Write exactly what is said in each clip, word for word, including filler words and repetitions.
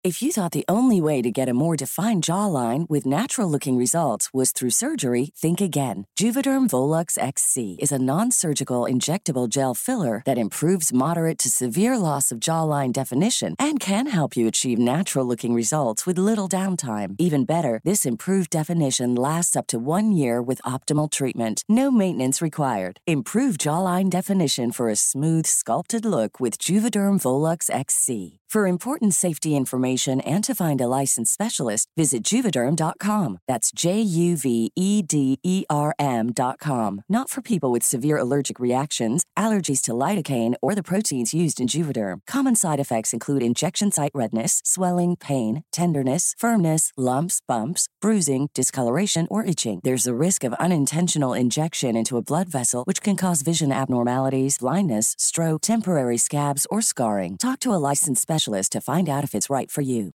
If you thought the only way to get a more defined jawline with natural-looking results was through surgery, think again. Juvederm Volux X C is a non-surgical injectable gel filler that improves moderate to severe loss of jawline definition and can help you achieve natural-looking results with little downtime. Even better, this improved definition lasts up to one year with optimal treatment. No maintenance required. Improve jawline definition for a smooth, sculpted look with Juvederm Volux X C. For important safety information and to find a licensed specialist, visit Juvederm dot com. That's J U V E D E R M dot com. Not for people with severe allergic reactions, allergies to lidocaine, or the proteins used in Juvederm. Common side effects include injection site redness, swelling, pain, tenderness, firmness, lumps, bumps, bruising, discoloration, or itching. There's a risk of unintentional injection into a blood vessel, which can cause vision abnormalities, blindness, stroke, temporary scabs, or scarring. Talk to a licensed specialist to find out if it's right for you.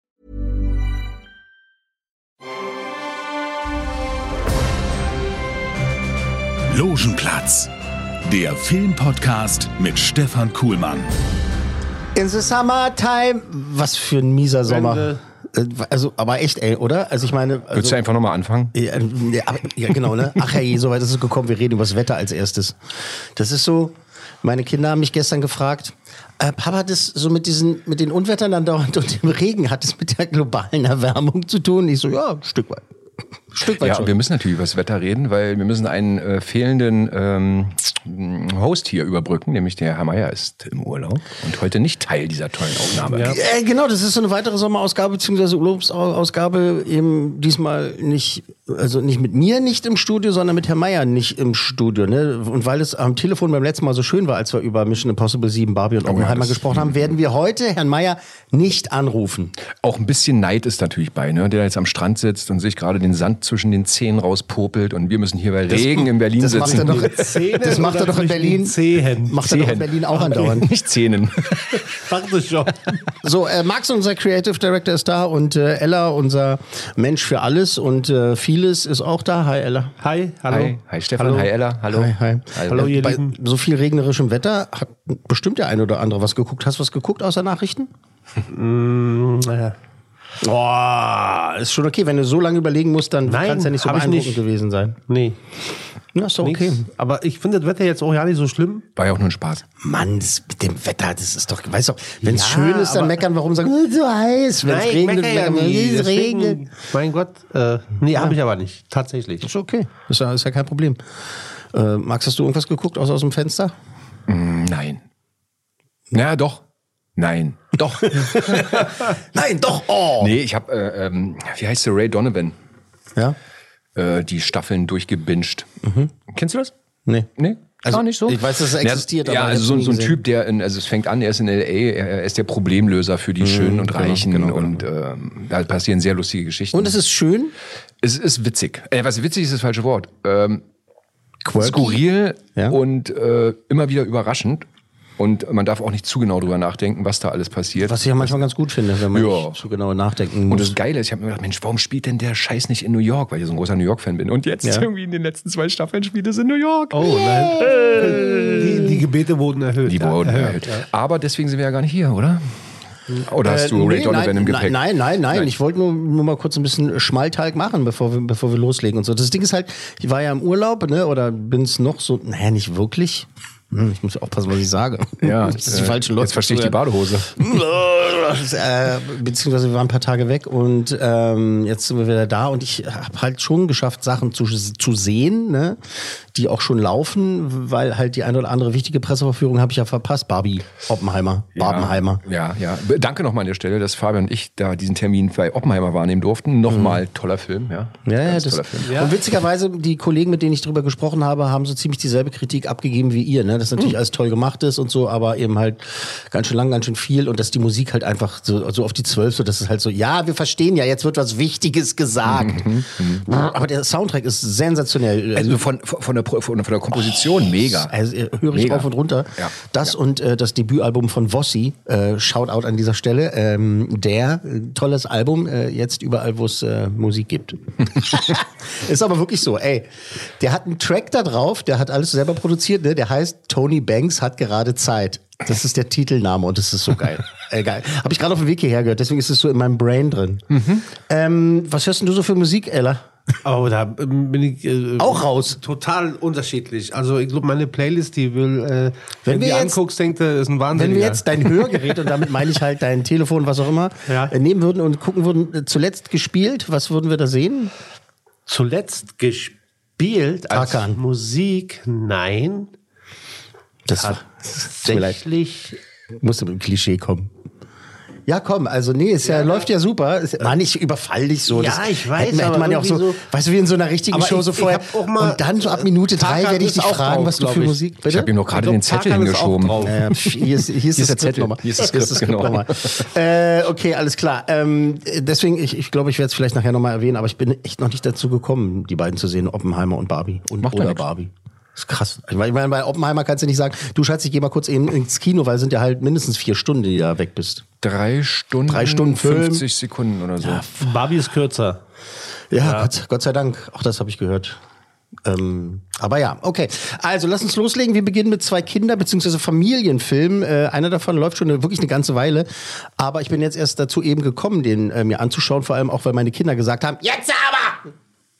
Logenplatz, der Filmpodcast mit Stefan Kuhlmann. In the summertime, was für ein mieser Sommer. Also, aber echt, ey, oder? Also ich meine... Also, Willst du einfach nochmal anfangen? Ja, ja, ja, genau, ne? Ach hey, so weit ist es gekommen, wir reden über das Wetter als erstes. Das ist so, meine Kinder haben mich gestern gefragt, äh, Papa, das so mit diesen, mit den Unwettern dann dauernd und dem Regen, hat es mit der globalen Erwärmung zu tun? Ich so, ja, ein Stück weit. Stück weit ja, schon. Wir müssen natürlich über das Wetter reden, weil wir müssen einen äh, fehlenden ähm, Host hier überbrücken, nämlich der Herr Meier ist im Urlaub und heute nicht Teil dieser tollen Aufnahme. Ja. Äh, genau, das ist so eine weitere Sommerausgabe bzw. Urlaubsausgabe, eben diesmal nicht, also nicht mit mir nicht im Studio, sondern mit Herrn Meier nicht im Studio. Ne? Und weil es am Telefon beim letzten Mal so schön war, als wir über Mission Impossible sieben, Barbie und Oppenheimer oh ja, gesprochen haben, werden wir heute Herrn Meier nicht anrufen. Auch ein bisschen Neid ist natürlich bei, ne? Der jetzt am Strand sitzt und sich gerade den Sand zwischen den Zähnen rauspopelt und wir müssen hier bei Regen das, in Berlin das sitzen. Macht er doch, Zähne das macht er doch in Berlin. Zehen. Macht er doch in Berlin auch andauernd. Nicht Zähnen. Dachte schon. So, äh, Max, unser Creative Director, ist da und äh, Ella, unser Mensch für alles und äh, vieles ist auch da. Hi, Ella. Hi, hallo. Hi, hi Stefan, hallo. hi Ella, hallo. Hi, hi. Hallo, ihr Bei Lieben. so viel regnerischem Wetter hat bestimmt der eine oder andere was geguckt. Hast du was geguckt außer Nachrichten? mm, naja. Oh, ist schon okay. Wenn du so lange überlegen musst, dann kann es ja nicht so beeindruckend nicht. gewesen sein. Nee. Na, ist doch okay. Nix. Aber ich finde das Wetter jetzt auch ja nicht so schlimm. War ja auch nur ein Spaß. Mann, das mit dem Wetter, das ist doch, weißt du, wenn es Ja, schön ist, dann meckern, warum sagen, oh, so heiß. Wenn es Nein, regnet, meckere ja meckern, nie. es Deswegen, regnet. mein Gott, äh, nee, habe ich aber nicht. Tatsächlich. Ist okay. Ist ja, ist ja kein Problem. Äh, Max, hast du irgendwas geguckt, außer aus dem Fenster? Mm, nein. Ja, doch. Nein. Doch. Nein, doch. Oh. Nee, ich habe, äh, ähm, wie heißt der, Ray Donovan, Ja? äh, die Staffeln durchgebinged. Mhm. Kennst du das? Nee. Nee? Also, Gar nicht so? ich weiß, dass es existiert, ja, aber ja, ich also so, hab's nie so ein gesehen. Typ, der, in, also es fängt an, er ist in L A, er ist der Problemlöser für die Schönen und genau, Reichen genau, genau. und ähm, da passieren sehr lustige Geschichten. Und es ist schön. Es ist witzig. Äh, was witzig ist, das falsche Wort. Ähm, Quirky. Skurril Ja. und äh, immer wieder überraschend. Und man darf auch nicht zu genau drüber nachdenken, was da alles passiert. Was ich ja manchmal ganz gut finde, wenn man Ja. nicht zu genau nachdenken muss. Und das Geile ist, ich habe mir gedacht, Mensch, warum spielt denn der Scheiß nicht in New York? Weil ich so ein großer New York-Fan bin. Und jetzt Ja. irgendwie in den letzten zwei Staffeln spielt es in New York. Oh, nein. Die, die Gebete wurden erhöht. Die ja, wurden erhöht. Ja. Aber deswegen sind wir ja gar nicht hier, oder? Oder hast du Äh, Ray nee, Donovan nein, im Gepäck? Nein, nein, nein. Nein. Ich wollte nur, nur mal kurz ein bisschen Schmaltalk machen, bevor wir, bevor wir loslegen und so. Das Ding ist halt, ich war ja im Urlaub, ne, oder bin's noch so, naja, nicht wirklich. Hm, Ich muss aufpassen, was ich sage. Ja, das ist die äh, falsche Leute. jetzt verstehe ich die Badehose. äh, beziehungsweise wir waren ein paar Tage weg und ähm, jetzt sind wir wieder da und ich habe halt schon geschafft, Sachen zu, zu sehen, ne, die auch schon laufen, weil halt die eine oder andere wichtige Presseverführung habe ich ja verpasst. Barbie, Oppenheimer, Barbenheimer. Ja, ja. Danke nochmal an der Stelle, dass Fabian und ich da diesen Termin bei Oppenheimer wahrnehmen durften. Nochmal toller Film, ja. Ja, ja, Ganz das, toller Film. Ja. Und witzigerweise, die Kollegen, mit denen ich drüber gesprochen habe, haben so ziemlich dieselbe Kritik abgegeben wie ihr, ne? Dass natürlich alles toll gemacht ist und so, aber eben halt ganz schön lang, ganz schön viel und dass die Musik halt einfach so, so auf die Zwölf, so dass es halt so, ja, wir verstehen ja, jetzt wird was Wichtiges gesagt. Mhm, aber der Soundtrack ist sensationell. Also von, von, der, von der Komposition mega. Also äh, höre ich Mega. rauf und runter. Ja. Das und äh, das Debütalbum von Vossi, äh, Shoutout an dieser Stelle, ähm, der, äh, tolles Album, äh, jetzt überall, wo es äh, Musik gibt. Ist aber wirklich so, ey, der hat einen Track da drauf, der hat alles selber produziert, ne? Der heißt Tony Banks hat gerade Zeit. Das ist der Titelname und das ist so geil. äh, geil. Habe ich gerade auf dem Weg hierher gehört, deswegen ist es so in meinem Brain drin. Mhm. Ähm, was hörst denn du so für Musik, Ella? Oh, da bin ich äh, auch raus. Total unterschiedlich. Also ich glaube, meine Playlist, die will, äh, wenn, wenn du die jetzt, anguckst, denkt er, ist ein Wahnsinn. Wenn wir jetzt dein Hörgerät, und damit meine ich halt dein Telefon, was auch immer, ja. äh, nehmen würden und gucken würden, äh, zuletzt gespielt, was würden wir da sehen? Zuletzt gespielt als Tarkan. Musik, nein. Das war tatsächlich. Musste mit dem Klischee kommen. Ja, komm, also nee, es ja, ja, läuft ja super. Es war nicht überfall dich so. Ja, das ich weiß, hätte, hätte man ja auch so, so, weißt du, wie in so einer richtigen Show ich, so vorher. Und dann so ab Minute drei werde ich dich fragen, drauf, was du für ich. Musik. Bitte? Ich habe ihm noch gerade den Zettel hingeschoben. Äh, hier ist, hier ist das Zettel nochmal. Hier ist das Skript, genau. Äh, okay, alles klar. Ähm, deswegen, ich, ich glaube, ich werde es vielleicht nachher nochmal erwähnen, aber ich bin echt noch nicht dazu gekommen, die beiden zu sehen, Oppenheimer und Barbie. Und Macht oder Barbie. Das ist krass. Ich meine, bei Oppenheimer kannst du nicht sagen, du Schatz, ich geh mal kurz eben ins Kino, weil es sind ja halt mindestens vier Stunden, die du da weg bist. Drei Stunden, Drei Stunden fünfzig Sekunden oder so. Ja, Barbie ist kürzer. Ja, ja. Gott, Gott sei Dank. Auch das habe ich gehört. Ähm, aber ja, okay. Also lass uns loslegen. Wir beginnen mit zwei Kinder- bzw. Familienfilmen. Äh, einer davon läuft schon eine, wirklich eine ganze Weile. Aber ich bin jetzt erst dazu eben gekommen, den äh, mir anzuschauen. Vor allem auch, weil meine Kinder gesagt haben, jetzt aber!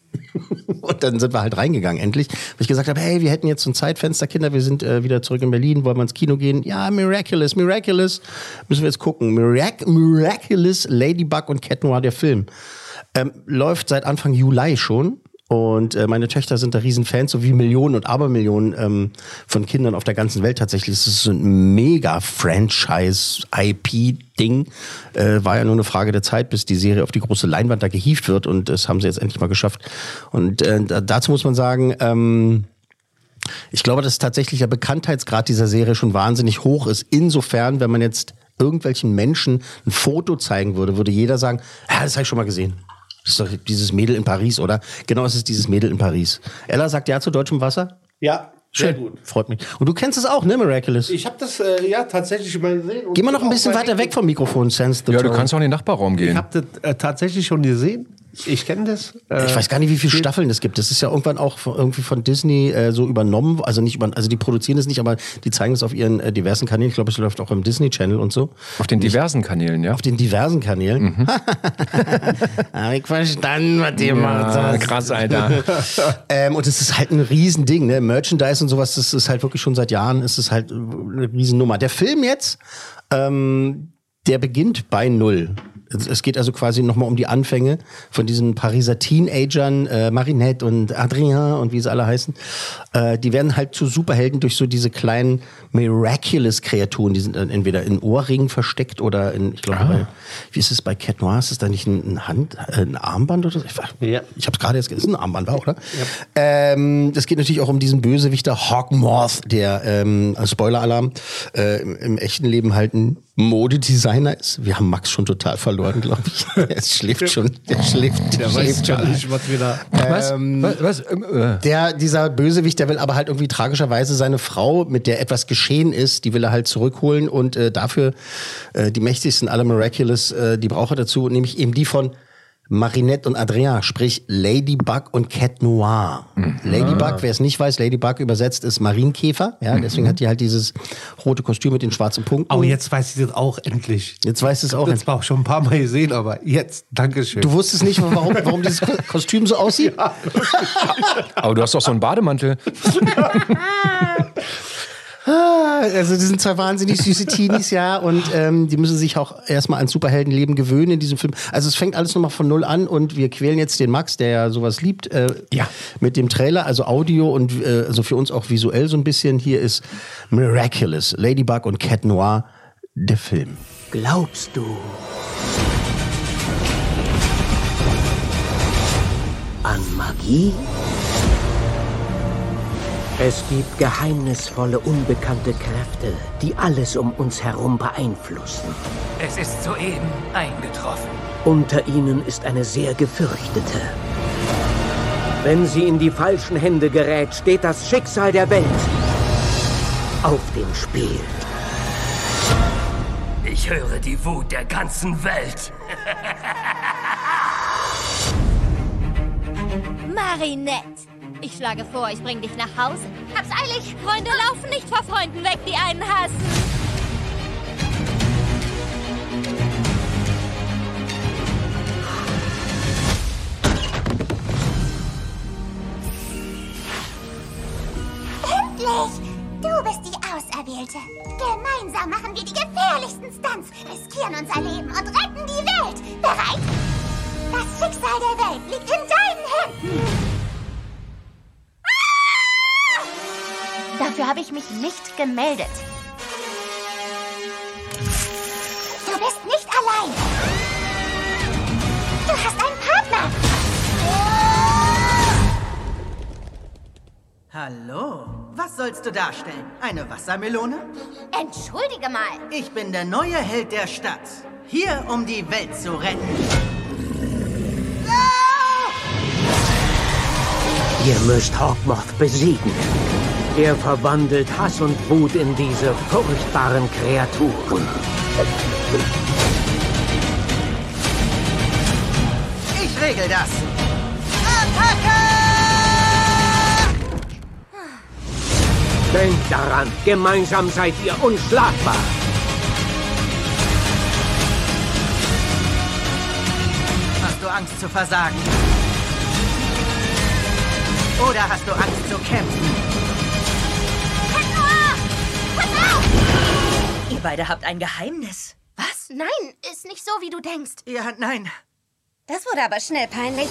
Und dann sind wir halt reingegangen, endlich. Weil ich gesagt habe, hey, wir hätten jetzt so ein Zeitfenster, Kinder, wir sind äh, wieder zurück in Berlin, wollen wir ins Kino gehen? Ja, Miraculous, Miraculous. Müssen wir jetzt gucken. Mirac- Miraculous, Ladybug und Cat Noir, der Film. Ähm, läuft seit Anfang Juli schon. Und äh, meine Töchter sind da Riesenfans, so wie Millionen und Abermillionen ähm, von Kindern auf der ganzen Welt tatsächlich. Es ist so ein mega Franchise-I P-Ding. Äh, war ja nur eine Frage der Zeit, bis die Serie auf die große Leinwand da gehievt wird. Und das haben sie jetzt endlich mal geschafft. Und äh, dazu muss man sagen, ähm, ich glaube, dass tatsächlich der Bekanntheitsgrad dieser Serie schon wahnsinnig hoch ist. Insofern, wenn man jetzt irgendwelchen Menschen ein Foto zeigen würde, würde jeder sagen, ja, das habe ich schon mal gesehen. Das ist doch dieses Mädel in Paris, oder? Genau, es ist dieses Mädel in Paris. Ella sagt ja zu deutschem Wasser? Ja, schön. Sehr gut. Freut mich. Und du kennst es auch, ne, Miraculous? Ich habe das äh, ja tatsächlich mal gesehen. Geh mal noch ein bisschen weiter weg vom Mikrofon, Sense the Ja, Tone. du kannst auch in den Nachbarraum gehen. Ich habe das äh, tatsächlich schon gesehen. Ich kenne das. Äh, ich weiß gar nicht, wie viele Staffeln es gibt. Das ist ja irgendwann auch von, irgendwie von Disney äh, so übernommen. Also nicht über, also die produzieren es nicht, aber die zeigen es auf ihren äh, diversen Kanälen. Ich glaube, es läuft auch im Disney Channel und so. Auf den diversen Kanälen, ja? Auf den diversen Kanälen. Mhm. Hab ich verstanden, was ihr macht. Ja, krass, Alter. ähm, und es ist halt ein Riesending, ne? Merchandise und sowas, das ist halt wirklich schon seit Jahren, ist es halt eine Riesennummer. Der Film jetzt, ähm, der beginnt bei Null. Es geht also quasi nochmal um die Anfänge von diesen Pariser Teenagern, äh, Marinette und Adrien und wie sie alle heißen. Äh, die werden halt zu Superhelden durch so diese kleinen Miraculous-Kreaturen. Die sind dann entweder in Ohrringen versteckt oder in, ich glaube, ah. wie ist es bei Cat Noir? Ist es da nicht ein, ein Hand, äh, ein Armband oder so? Ich, ja. ich habe es gerade jetzt, ist ein Armband, war, oder? Ja. Ähm, das geht natürlich auch um diesen Bösewichter Hawkmoth, der, ähm, Spoiler-Alarm, äh, im, im echten Leben halt ein Modedesigner ist. Wir haben Max schon total verloren, glaube ich. Er schläft schon. Der schläft. Der weiß gar nicht, was wir da. Ähm, was? was? Äh. Der, dieser Bösewicht, der will aber halt irgendwie tragischerweise seine Frau, mit der etwas geschehen ist, die will er halt zurückholen und äh, dafür äh, die mächtigsten aller Miraculous, äh, die braucht er dazu, nämlich eben die von Marinette und Adrien, sprich Ladybug und Cat Noir. Mhm. Ladybug, wer es nicht weiß, Ladybug übersetzt ist Marienkäfer. Ja, deswegen mhm. hat die halt dieses rote Kostüm mit den schwarzen Punkten. Oh, jetzt weiß ich das auch endlich. Jetzt weiß ich es auch. Das war auch schon ein paar Mal gesehen, aber jetzt, Dankeschön. Du wusstest nicht, warum, warum dieses Kostüm so aussieht? Ja. Aber du hast doch so einen Bademantel. Also die sind zwei wahnsinnig süße Teenies, ja, und ähm, die müssen sich auch erstmal ans Superheldenleben gewöhnen in diesem Film. Also es fängt alles nochmal von Null an und wir quälen jetzt den Max, der ja sowas liebt, äh, ja. mit dem Trailer, also Audio und äh, also für uns auch visuell so ein bisschen. Hier ist Miraculous, Ladybug und Cat Noir, der Film. Glaubst du an Magie? Es gibt geheimnisvolle, unbekannte Kräfte, die alles um uns herum beeinflussen. Es ist soeben eingetroffen. Unter ihnen ist eine sehr gefürchtete. Wenn sie in die falschen Hände gerät, steht das Schicksal der Welt auf dem Spiel. Ich höre die Wut der ganzen Welt. Marinette. Ich schlage vor, ich bring dich nach Hause. Hab's eilig. Freunde laufen nicht vor Freunden weg, die einen hassen. Endlich! Du bist die Auserwählte. Gemeinsam machen wir die gefährlichsten Stunts, riskieren unser Leben und retten die Welt. Bereit? Das Schicksal der Welt liegt in deinen Händen. Ah! Dafür habe ich mich nicht gemeldet. Du bist nicht allein. Du hast einen Partner. Hallo, was sollst du darstellen? Eine Wassermelone? Entschuldige mal. Ich bin der neue Held der Stadt. Hier, um die Welt zu retten. Ihr müsst Hawkmoth besiegen. Er verwandelt Hass und Wut in diese furchtbaren Kreaturen. Ich regel das. Attacke! Denkt daran, gemeinsam seid ihr unschlagbar. Hast du Angst zu versagen? Oder hast du Angst zu kämpfen? Ihr beide habt ein Geheimnis. Was? Nein, ist nicht so, wie du denkst. Ja, nein. Das wurde aber schnell peinlich.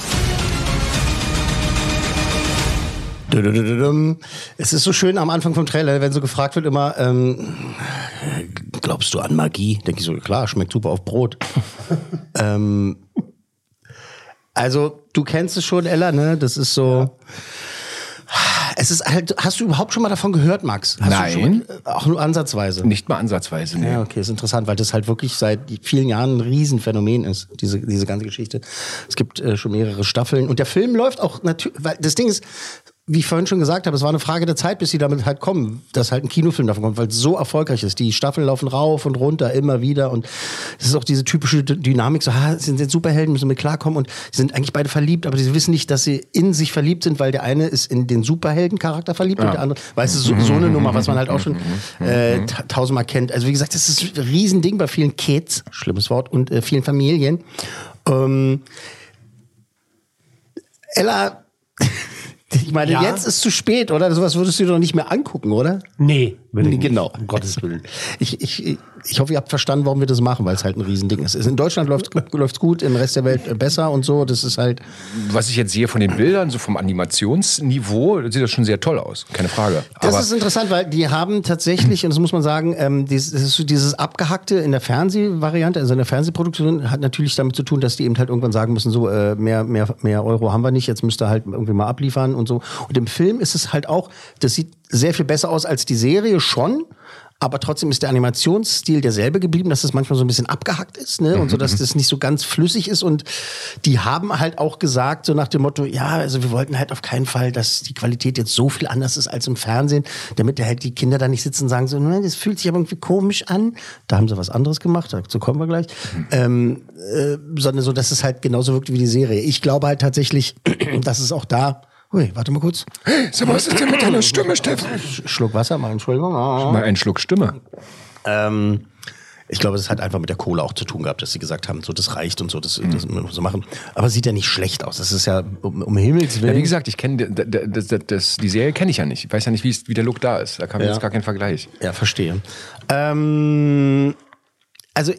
Es ist so schön am Anfang vom Trailer, wenn so gefragt wird immer, ähm, glaubst du an Magie? Denke ich so, klar, schmeckt super auf Brot. ähm, also, du kennst es schon, Ella, ne? Das ist so... Es ist halt, hast du überhaupt schon mal davon gehört, Max? Hast Nein. Du schon mal, auch nur ansatzweise? Nicht mal ansatzweise, nee. Ja, okay, ist interessant, weil das halt wirklich seit vielen Jahren ein Riesenphänomen ist, diese, diese ganze Geschichte. Es gibt äh, schon mehrere Staffeln und der Film läuft auch natürlich, weil das Ding ist, wie ich vorhin schon gesagt habe, es war eine Frage der Zeit, bis sie damit halt kommen, dass halt ein Kinofilm davon kommt, weil es so erfolgreich ist. Die Staffeln laufen rauf und runter, immer wieder und es ist auch diese typische D- Dynamik, so, ha, sind jetzt Superhelden, müssen mit klarkommen und sie sind eigentlich beide verliebt, aber sie wissen nicht, dass sie in sich verliebt sind, weil der eine ist in den Superheldencharakter verliebt ja. und der andere, weißt du, so, so eine Nummer, was man halt auch schon äh, ta- tausendmal kennt. Also wie gesagt, das ist ein Riesending bei vielen Kids, schlimmes Wort, und äh, vielen Familien. Ähm, Ella... Ich meine, ja. Jetzt ist zu spät, oder? Sowas würdest du dir doch nicht mehr angucken, oder? Nee, will ich nee, genau. Nicht, um Gottes Willen. Ich, ich, ich hoffe, ihr habt verstanden, warum wir das machen, weil es halt ein Riesending ist. In Deutschland läuft es gut, im Rest der Welt besser und so. Das ist halt... Was ich jetzt sehe von den Bildern, so vom Animationsniveau, sieht das schon sehr toll aus. Keine Frage. Das Aber ist interessant, weil die haben tatsächlich, und das muss man sagen, ähm, dieses, das ist so dieses Abgehackte in der Fernsehvariante, also in der Fernsehproduktion, hat natürlich damit zu tun, dass die eben halt irgendwann sagen müssen, so, äh, mehr, mehr, mehr Euro haben wir nicht, jetzt müsst ihr halt irgendwie mal abliefern und so. Und im Film ist es halt auch, das sieht sehr viel besser aus als die Serie schon, aber trotzdem ist der Animationsstil derselbe geblieben, dass es manchmal so ein bisschen abgehackt ist, ne? Und so, dass das nicht so ganz flüssig ist. Und die haben halt auch gesagt, so nach dem Motto, ja, also wir wollten halt auf keinen Fall, dass die Qualität jetzt so viel anders ist als im Fernsehen, damit halt die Kinder da nicht sitzen und sagen so, ne, das fühlt sich aber irgendwie komisch an. Da haben sie was anderes gemacht, dazu kommen wir gleich. Mhm. Ähm, äh, sondern so, dass es halt genauso wirkt wie die Serie. Ich glaube halt tatsächlich, dass es auch da... Ui, warte mal kurz. Hey, sag mal, was ist denn mit deiner Stimme, Stefan? Schluck Wasser, mal Entschuldigung. Ah. Mal einen Schluck Stimme. Ähm, ich glaube, es hat einfach mit der Kohle auch zu tun gehabt, dass sie gesagt haben, so das reicht und so, das, das müssen wir so machen. Aber es sieht ja nicht schlecht aus. Das ist ja um, um Himmels Willen. Ja, wie gesagt, ich kenne das, das, das, die Serie kenne ich ja nicht. Ich weiß ja nicht, wie der Look da ist. Da kam ja. jetzt gar kein Vergleich. Ja, verstehe. Ähm, also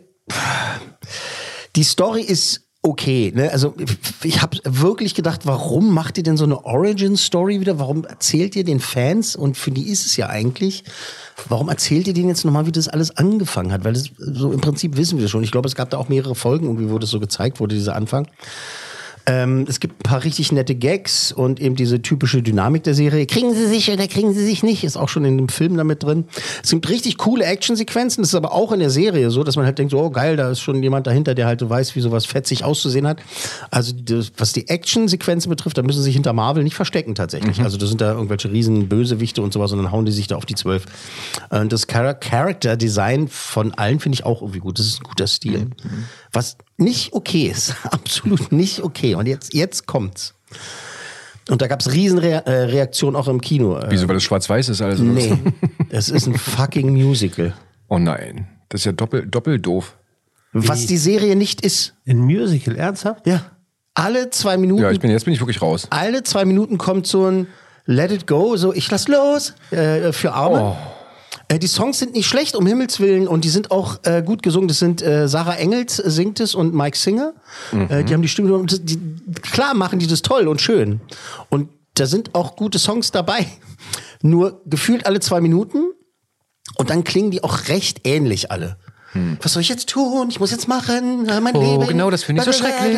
die Story ist okay, ne? Also ich habe wirklich gedacht, warum macht ihr denn so eine Origin-Story wieder? Warum erzählt ihr den Fans, und für die ist es ja eigentlich, warum erzählt ihr denen jetzt nochmal, wie das alles angefangen hat? Weil das so im Prinzip wissen wir schon. Ich glaube, es gab da auch mehrere Folgen, irgendwie, wo das so gezeigt wurde, dieser Anfang. Ähm, es gibt ein paar richtig nette Gags und eben diese typische Dynamik der Serie. Kriegen sie sich oder kriegen sie sich nicht? Ist auch schon in dem Film damit drin. Es gibt richtig coole Actionsequenzen. Das ist aber auch in der Serie so, dass man halt denkt, so, oh geil, da ist schon jemand dahinter, der halt so weiß, wie sowas fetzig auszusehen hat. Also das, was die Actionsequenzen betrifft, da müssen sie sich hinter Marvel nicht verstecken tatsächlich. Mhm. Also da sind da irgendwelche riesen Bösewichte und sowas und dann hauen die sich da auf die Zwölf. Und das Char- Character-Design von allen finde ich auch irgendwie gut. Das ist ein guter Stil. Mhm. Was nicht okay ist. Absolut nicht okay. Und jetzt, jetzt kommt's. Und da gab es riesen Re- äh, Reaktionen auch im Kino. Wieso, weil es schwarz-weiß ist? Also nee, es ist ein fucking Musical. Oh nein, das ist ja doppel, doppelt doof. Was die Serie nicht ist. Ein Musical, ernsthaft? Ja. Alle zwei Minuten. Ja, ich bin, jetzt bin ich wirklich raus. Alle zwei Minuten kommt so ein Let It Go, so ich lass los äh, für Arme. Oh. Äh, die Songs sind nicht schlecht, um Himmels Willen, und die sind auch äh, gut gesungen. Das sind äh, Sarah Engels singt es und Mike Singer. Mhm. Äh, die haben die Stimme. Und die, klar machen die das toll und schön. Und da sind auch gute Songs dabei. Nur gefühlt alle zwei Minuten. Und dann klingen die auch recht ähnlich alle. Hm. Was soll ich jetzt tun? Ich muss jetzt machen, mein oh, Leben. Genau, das finde ich so schrecklich.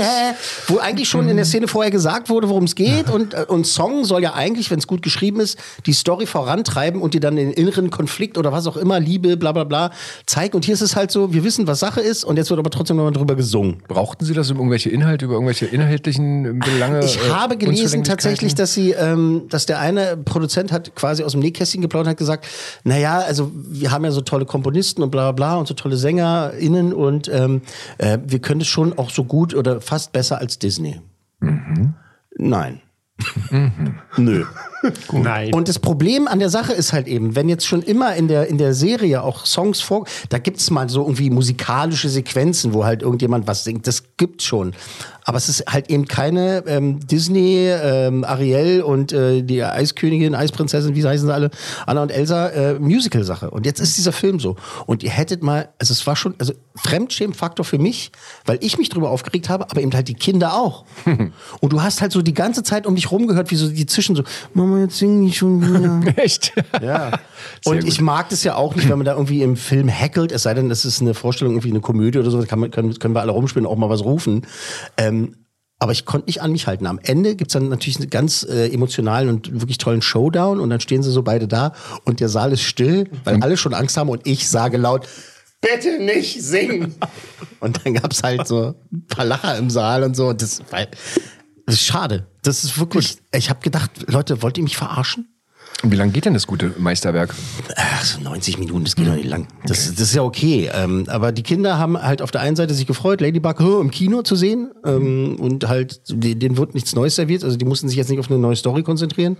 Wo eigentlich schon in der Szene vorher gesagt wurde, worum es geht. Und, und Song soll ja eigentlich, wenn es gut geschrieben ist, die Story vorantreiben und dir dann den inneren Konflikt oder was auch immer, Liebe, bla bla bla, zeigen. Und hier ist es halt so, wir wissen, was Sache ist, und jetzt wird aber trotzdem nochmal drüber gesungen. Brauchten Sie das, um irgendwelche Inhalte, über irgendwelche inhaltlichen Belange? Ich äh, habe gelesen tatsächlich, dass sie, ähm, dass der eine Produzent hat quasi aus dem Nähkästchen geplaudert und hat gesagt, naja, also wir haben ja so tolle Komponisten und bla bla bla und so tolle SängerInnen und ähm, äh, wir können es schon auch so gut oder fast besser als Disney. Mhm. Nein. Mhm. Nö. Nein. Und das Problem an der Sache ist halt eben, wenn jetzt schon immer in der, in der Serie auch Songs vor, da gibt es mal so irgendwie musikalische Sequenzen, wo halt irgendjemand was singt, das gibt's schon. Aber es ist halt eben keine ähm, Disney, ähm, Ariel und äh, die Eiskönigin, Eisprinzessin, wie heißen sie alle, Anna und Elsa, äh, Musical-Sache. Und jetzt ist dieser Film so. Und ihr hättet mal, also es war schon, also Fremdschämen-Faktor für mich, weil ich mich drüber aufgeregt habe, aber eben halt die Kinder auch. Und du hast halt so die ganze Zeit um dich rumgehört, wie so die zwischen so, Mama, jetzt singen die schon wieder. Echt? Ja. Und ich mag das ja auch nicht, wenn man da irgendwie im Film hackelt, es sei denn, das ist eine Vorstellung, irgendwie eine Komödie oder so, da kann man, können, können wir alle rumspielen, auch mal was rufen. Ähm, aber ich konnte nicht an mich halten. Am Ende gibt's dann natürlich einen ganz äh, emotionalen und wirklich tollen Showdown und dann stehen sie so beide da und der Saal ist still, weil alle schon Angst haben und ich sage laut, bitte nicht singen. Und dann gab's halt so ein paar Lacher im Saal und so. Und das, weil, das ist schade. Das ist wirklich, ich habe gedacht, Leute, wollt ihr mich verarschen? Und wie lang geht denn das gute Meisterwerk? Ach, so neunzig Minuten, das geht doch nicht lang. Das, das ist ja okay. Ähm, aber die Kinder haben halt auf der einen Seite sich gefreut, Ladybug oh, im Kino zu sehen. Ähm, und halt, denen wird nichts Neues serviert. Also die mussten sich jetzt nicht auf eine neue Story konzentrieren.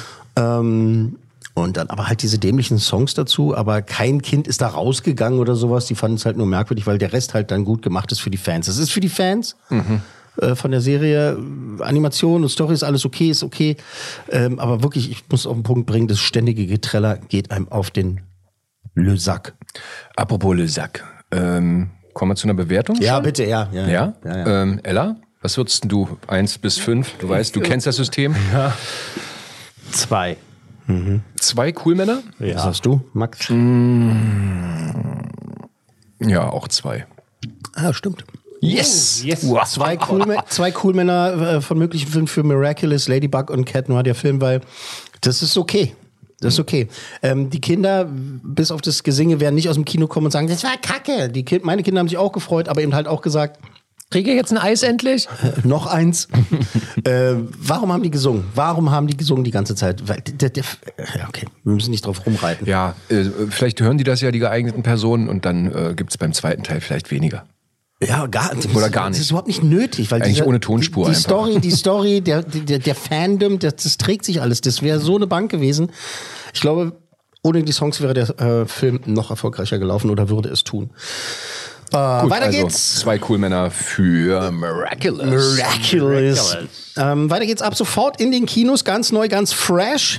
Ähm, und dann aber halt diese dämlichen Songs dazu. Aber kein Kind ist da rausgegangen oder sowas. Die fanden es halt nur merkwürdig, weil der Rest halt dann gut gemacht ist für die Fans. Das ist für die Fans. Mhm. Von der Serie, Animation und Story ist alles okay, ist okay. Ähm, aber wirklich, ich muss auf den Punkt bringen, das ständige Getreller geht einem auf den Le Sac. Apropos Le Sac, ähm, kommen wir zu einer Bewertung? Ja, schon? bitte, ja. Ja, ja? ja, ja. Ähm, Ella, was würdest du? Eins bis fünf? Du weißt, du kennst das System. Ja. Zwei. Mhm. Zwei Coolmänner? Ja. Was hast du, Max? Mm, ja, auch zwei. Ah, stimmt. Yes! yes. Wow. Zwei, cool, zwei Coolmänner äh, von möglichen Filmen für Miraculous, Ladybug und Cat Noir, der Film, weil das ist okay. Das ist okay. Ähm, die Kinder, bis auf das Gesinge, werden nicht aus dem Kino kommen und sagen, das war kacke. Die kind, meine Kinder haben sich auch gefreut, aber eben halt auch gesagt, kriege ich jetzt ein Eis endlich? Äh, noch eins. äh, warum haben die gesungen? Warum haben die gesungen die ganze Zeit? Weil, der, der, ja, okay, wir müssen nicht drauf rumreiten. Ja, äh, vielleicht hören die das ja, die geeigneten Personen, und dann äh, gibt es beim zweiten Teil vielleicht weniger. Ja, gar nicht. Oder gar nicht. Das ist überhaupt nicht nötig. Weil Eigentlich dieser, ohne Tonspur die, die einfach. Story, die Story, der, der, der Fandom, das, das trägt sich alles. Das wäre so eine Bank gewesen. Ich glaube, ohne die Songs wäre der äh, Film noch erfolgreicher gelaufen oder würde es tun. Äh, Gut, weiter also geht's. Zwei Coolmänner für Miraculous. Miraculous. Ähm, weiter geht's ab sofort in den Kinos. Ganz neu, ganz fresh.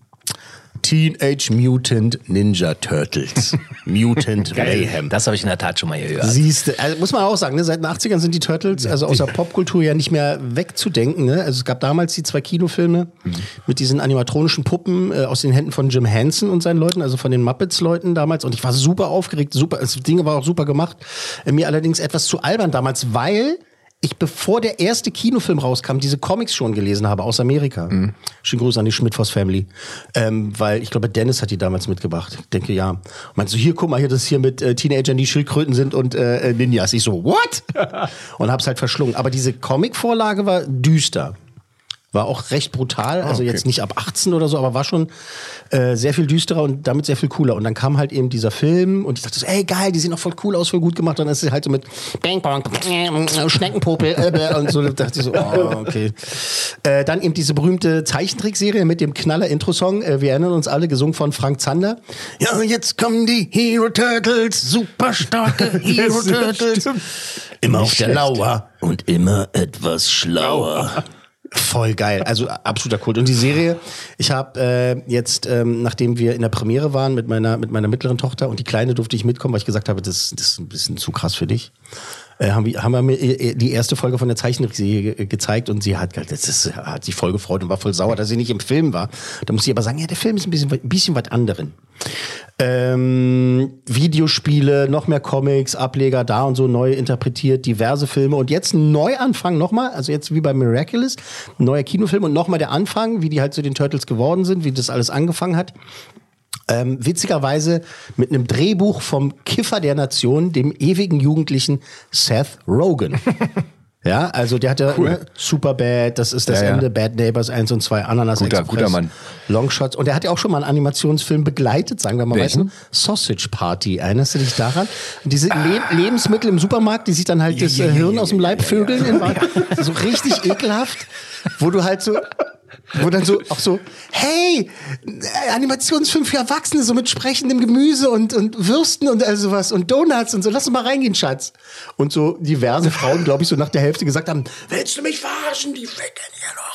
Teenage Mutant Ninja Turtles. Mutant Mayhem. Das habe ich in der Tat schon mal gehört. Siehst du, also muss man auch sagen, ne, seit den achtzigern sind die Turtles, also aus der Popkultur ja nicht mehr wegzudenken. Ne? Also es gab damals die zwei Kinofilme mhm. mit diesen animatronischen Puppen äh, aus den Händen von Jim Henson und seinen Leuten, also von den Muppets-Leuten damals. Und ich war super aufgeregt, super, das Ding war auch super gemacht. Äh, mir allerdings etwas zu albern damals, weil ich, bevor der erste Kinofilm rauskam, diese Comics schon gelesen habe aus Amerika. Mhm. Schönen Gruß an die Schmidt-Voss-Family. Ähm, weil ich glaube, Dennis hat die damals mitgebracht. Ich denke, ja. Meinst du, hier, guck mal, hier, das hier mit äh, Teenagern, die Schildkröten sind und äh, Ninjas. Ich so, what? Und hab's halt verschlungen. Aber diese Comic-Vorlage war düster. War auch recht brutal, also okay. jetzt nicht ab achtzehn oder so, aber war schon äh, sehr viel düsterer und damit sehr viel cooler. Und dann kam halt eben dieser Film und ich dachte so, ey geil, die sehen doch voll cool aus, voll gut gemacht. Und dann ist es halt so mit Bang Bang, Schneckenpopel äh, und so. Da dachte ich so, oh, okay. Äh, dann eben diese berühmte Zeichentrickserie mit dem Knaller-Intro-Song. Äh, wir erinnern uns alle, gesungen von Frank Zander. Ja, jetzt kommen die Hero Turtles, super starke Hero Turtles. Immer auf der Lauer und immer etwas schlauer. Voll geil, also absoluter Kult. Und die Serie, ich habe äh, jetzt, ähm, nachdem wir in der Premiere waren mit meiner mit meiner mittleren Tochter und die Kleine durfte ich mitkommen, weil ich gesagt habe, das, das ist ein bisschen zu krass für dich. Äh, haben wir haben wir mir die erste Folge von der Zeichentrickserie ge gezeigt und sie hat das ist, hat sich voll gefreut und war voll sauer, dass sie nicht im Film war. Da muss ich aber sagen, ja, der Film ist ein bisschen ein bisschen was anderen. Ähm, Videospiele, noch mehr Comics, Ableger da und so neu interpretiert, diverse Filme und jetzt ein Neuanfang nochmal, also jetzt wie bei Miraculous, ein neuer Kinofilm und nochmal der Anfang, wie die halt zu den Turtles geworden sind, wie das alles angefangen hat. Ähm, witzigerweise mit einem Drehbuch vom Kiffer der Nation, dem ewigen Jugendlichen Seth Rogen. Ja, also der hatte cool. ne, Superbad, das ist das ja, Ende, ja. Bad Neighbors eins und zwei, Ananas guter, Express, guter Mann. Longshots. Und der hat ja auch schon mal einen Animationsfilm begleitet, sagen wir mal, weißt du? Sausage Party, erinnerst du dich daran? Und diese ah. Le Lebensmittel im Supermarkt, die sich dann halt ja, das ja, Hirn ja, aus dem Leib ja, vögeln, ja, ja. In so richtig ekelhaft, wo du halt so... Wo dann so auch so, hey, Animationsfilm für Erwachsene, so mit sprechendem Gemüse und, und Würsten und all sowas und Donuts und so, lass uns mal reingehen, Schatz. Und so diverse Frauen, glaube ich, so nach der Hälfte gesagt haben, willst du mich verarschen, die Ficken hier noch?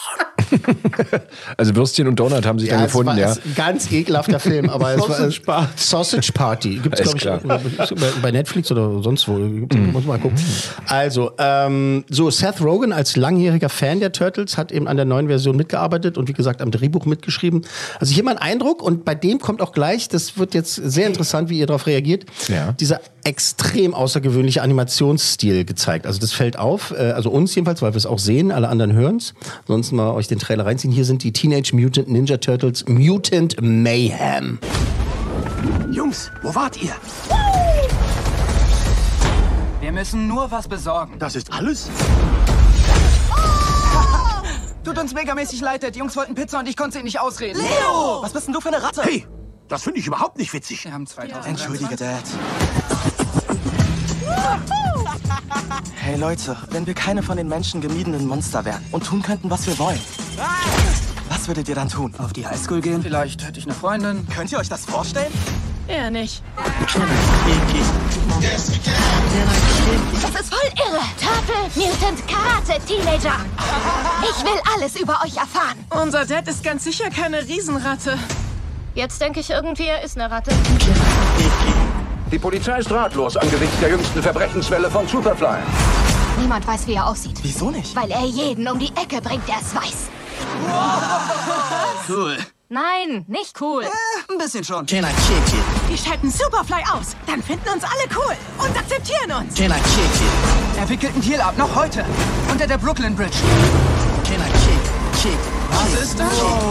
Also Würstchen und Donut haben sich ja, dann gefunden, war, ja. Es war ein ganz ekelhafter Film, aber es war äh, Sausage Party. Gibt's, glaube ich, bei, bei Netflix oder sonst wo. Mm. Muss mal gucken. Also, ähm, so Seth Rogen als langjähriger Fan der Turtles hat eben an der neuen Version mitgearbeitet und wie gesagt am Drehbuch mitgeschrieben. Also hier mal ein Eindruck und bei dem kommt auch gleich, das wird jetzt sehr interessant, wie ihr darauf reagiert, ja. dieser extrem außergewöhnliche Animationsstil gezeigt. Also das fällt auf, äh, also uns jedenfalls, weil wir es auch sehen, alle anderen hören es. Sonst mal euch den Trailer reinziehen. Hier sind die Teenage Mutant Ninja Turtles Mutant Mayhem. Jungs, wo wart ihr? Wir müssen nur was besorgen. Das ist alles? Tut uns megamäßig leid, die Jungs wollten Pizza und ich konnte sie nicht ausreden. Leo! Was bist denn du für eine Ratte? Hey, das finde ich überhaupt nicht witzig. Wir haben zweitausend. Entschuldige, Dad. Hey Leute, wenn wir keine von den Menschen gemiedenen Monster wären und tun könnten, was wir wollen, was würdet ihr dann tun? Auf die Highschool gehen? Vielleicht hätte ich eine Freundin. Könnt ihr euch das vorstellen? Eher nicht. Das ist voll irre. Turtle Mutant Karate Teenager. Ich will alles über euch erfahren. Unser Dad ist ganz sicher keine Riesenratte. Jetzt denke ich irgendwie, er ist eine Ratte. Die Polizei ist ratlos angesichts der jüngsten Verbrechenswelle von Superfly. Niemand weiß, wie er aussieht. Wieso nicht? Weil er jeden um die Ecke bringt, der es weiß. Cool. Nein, nicht cool. Äh, ein bisschen schon. Wir schalten Superfly aus. Dann finden uns alle cool und akzeptieren uns. Er wickelt einen Deal ab, noch heute. Unter der Brooklyn Bridge. Was ist das?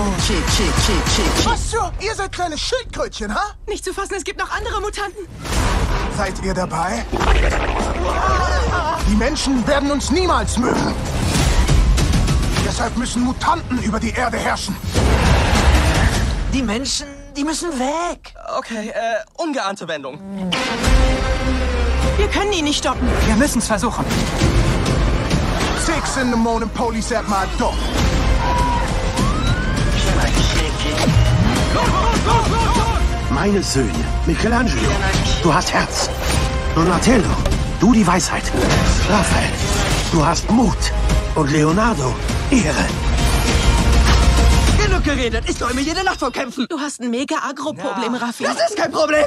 Was zur? Ihr seid kleine Schildkrötchen, ha? Nicht zu fassen, es gibt noch andere Mutanten. Seid ihr dabei? Die Menschen werden uns niemals mögen. Deshalb müssen Mutanten über die Erde herrschen. Die Menschen, die müssen weg. Okay, äh, ungeahnte Wendung. Wir können ihn nicht stoppen. Wir müssen es versuchen. Six in the morning, police at my door. Meine Söhne, Michelangelo, du hast Herz. Donatello, du die Weisheit. Raphael, du hast Mut. Und Leonardo, Ehre. Genug geredet, ich träume jede Nacht von Kämpfen. Du hast ein mega Agro-Problem, ja. Raffi. Das ist kein Problem.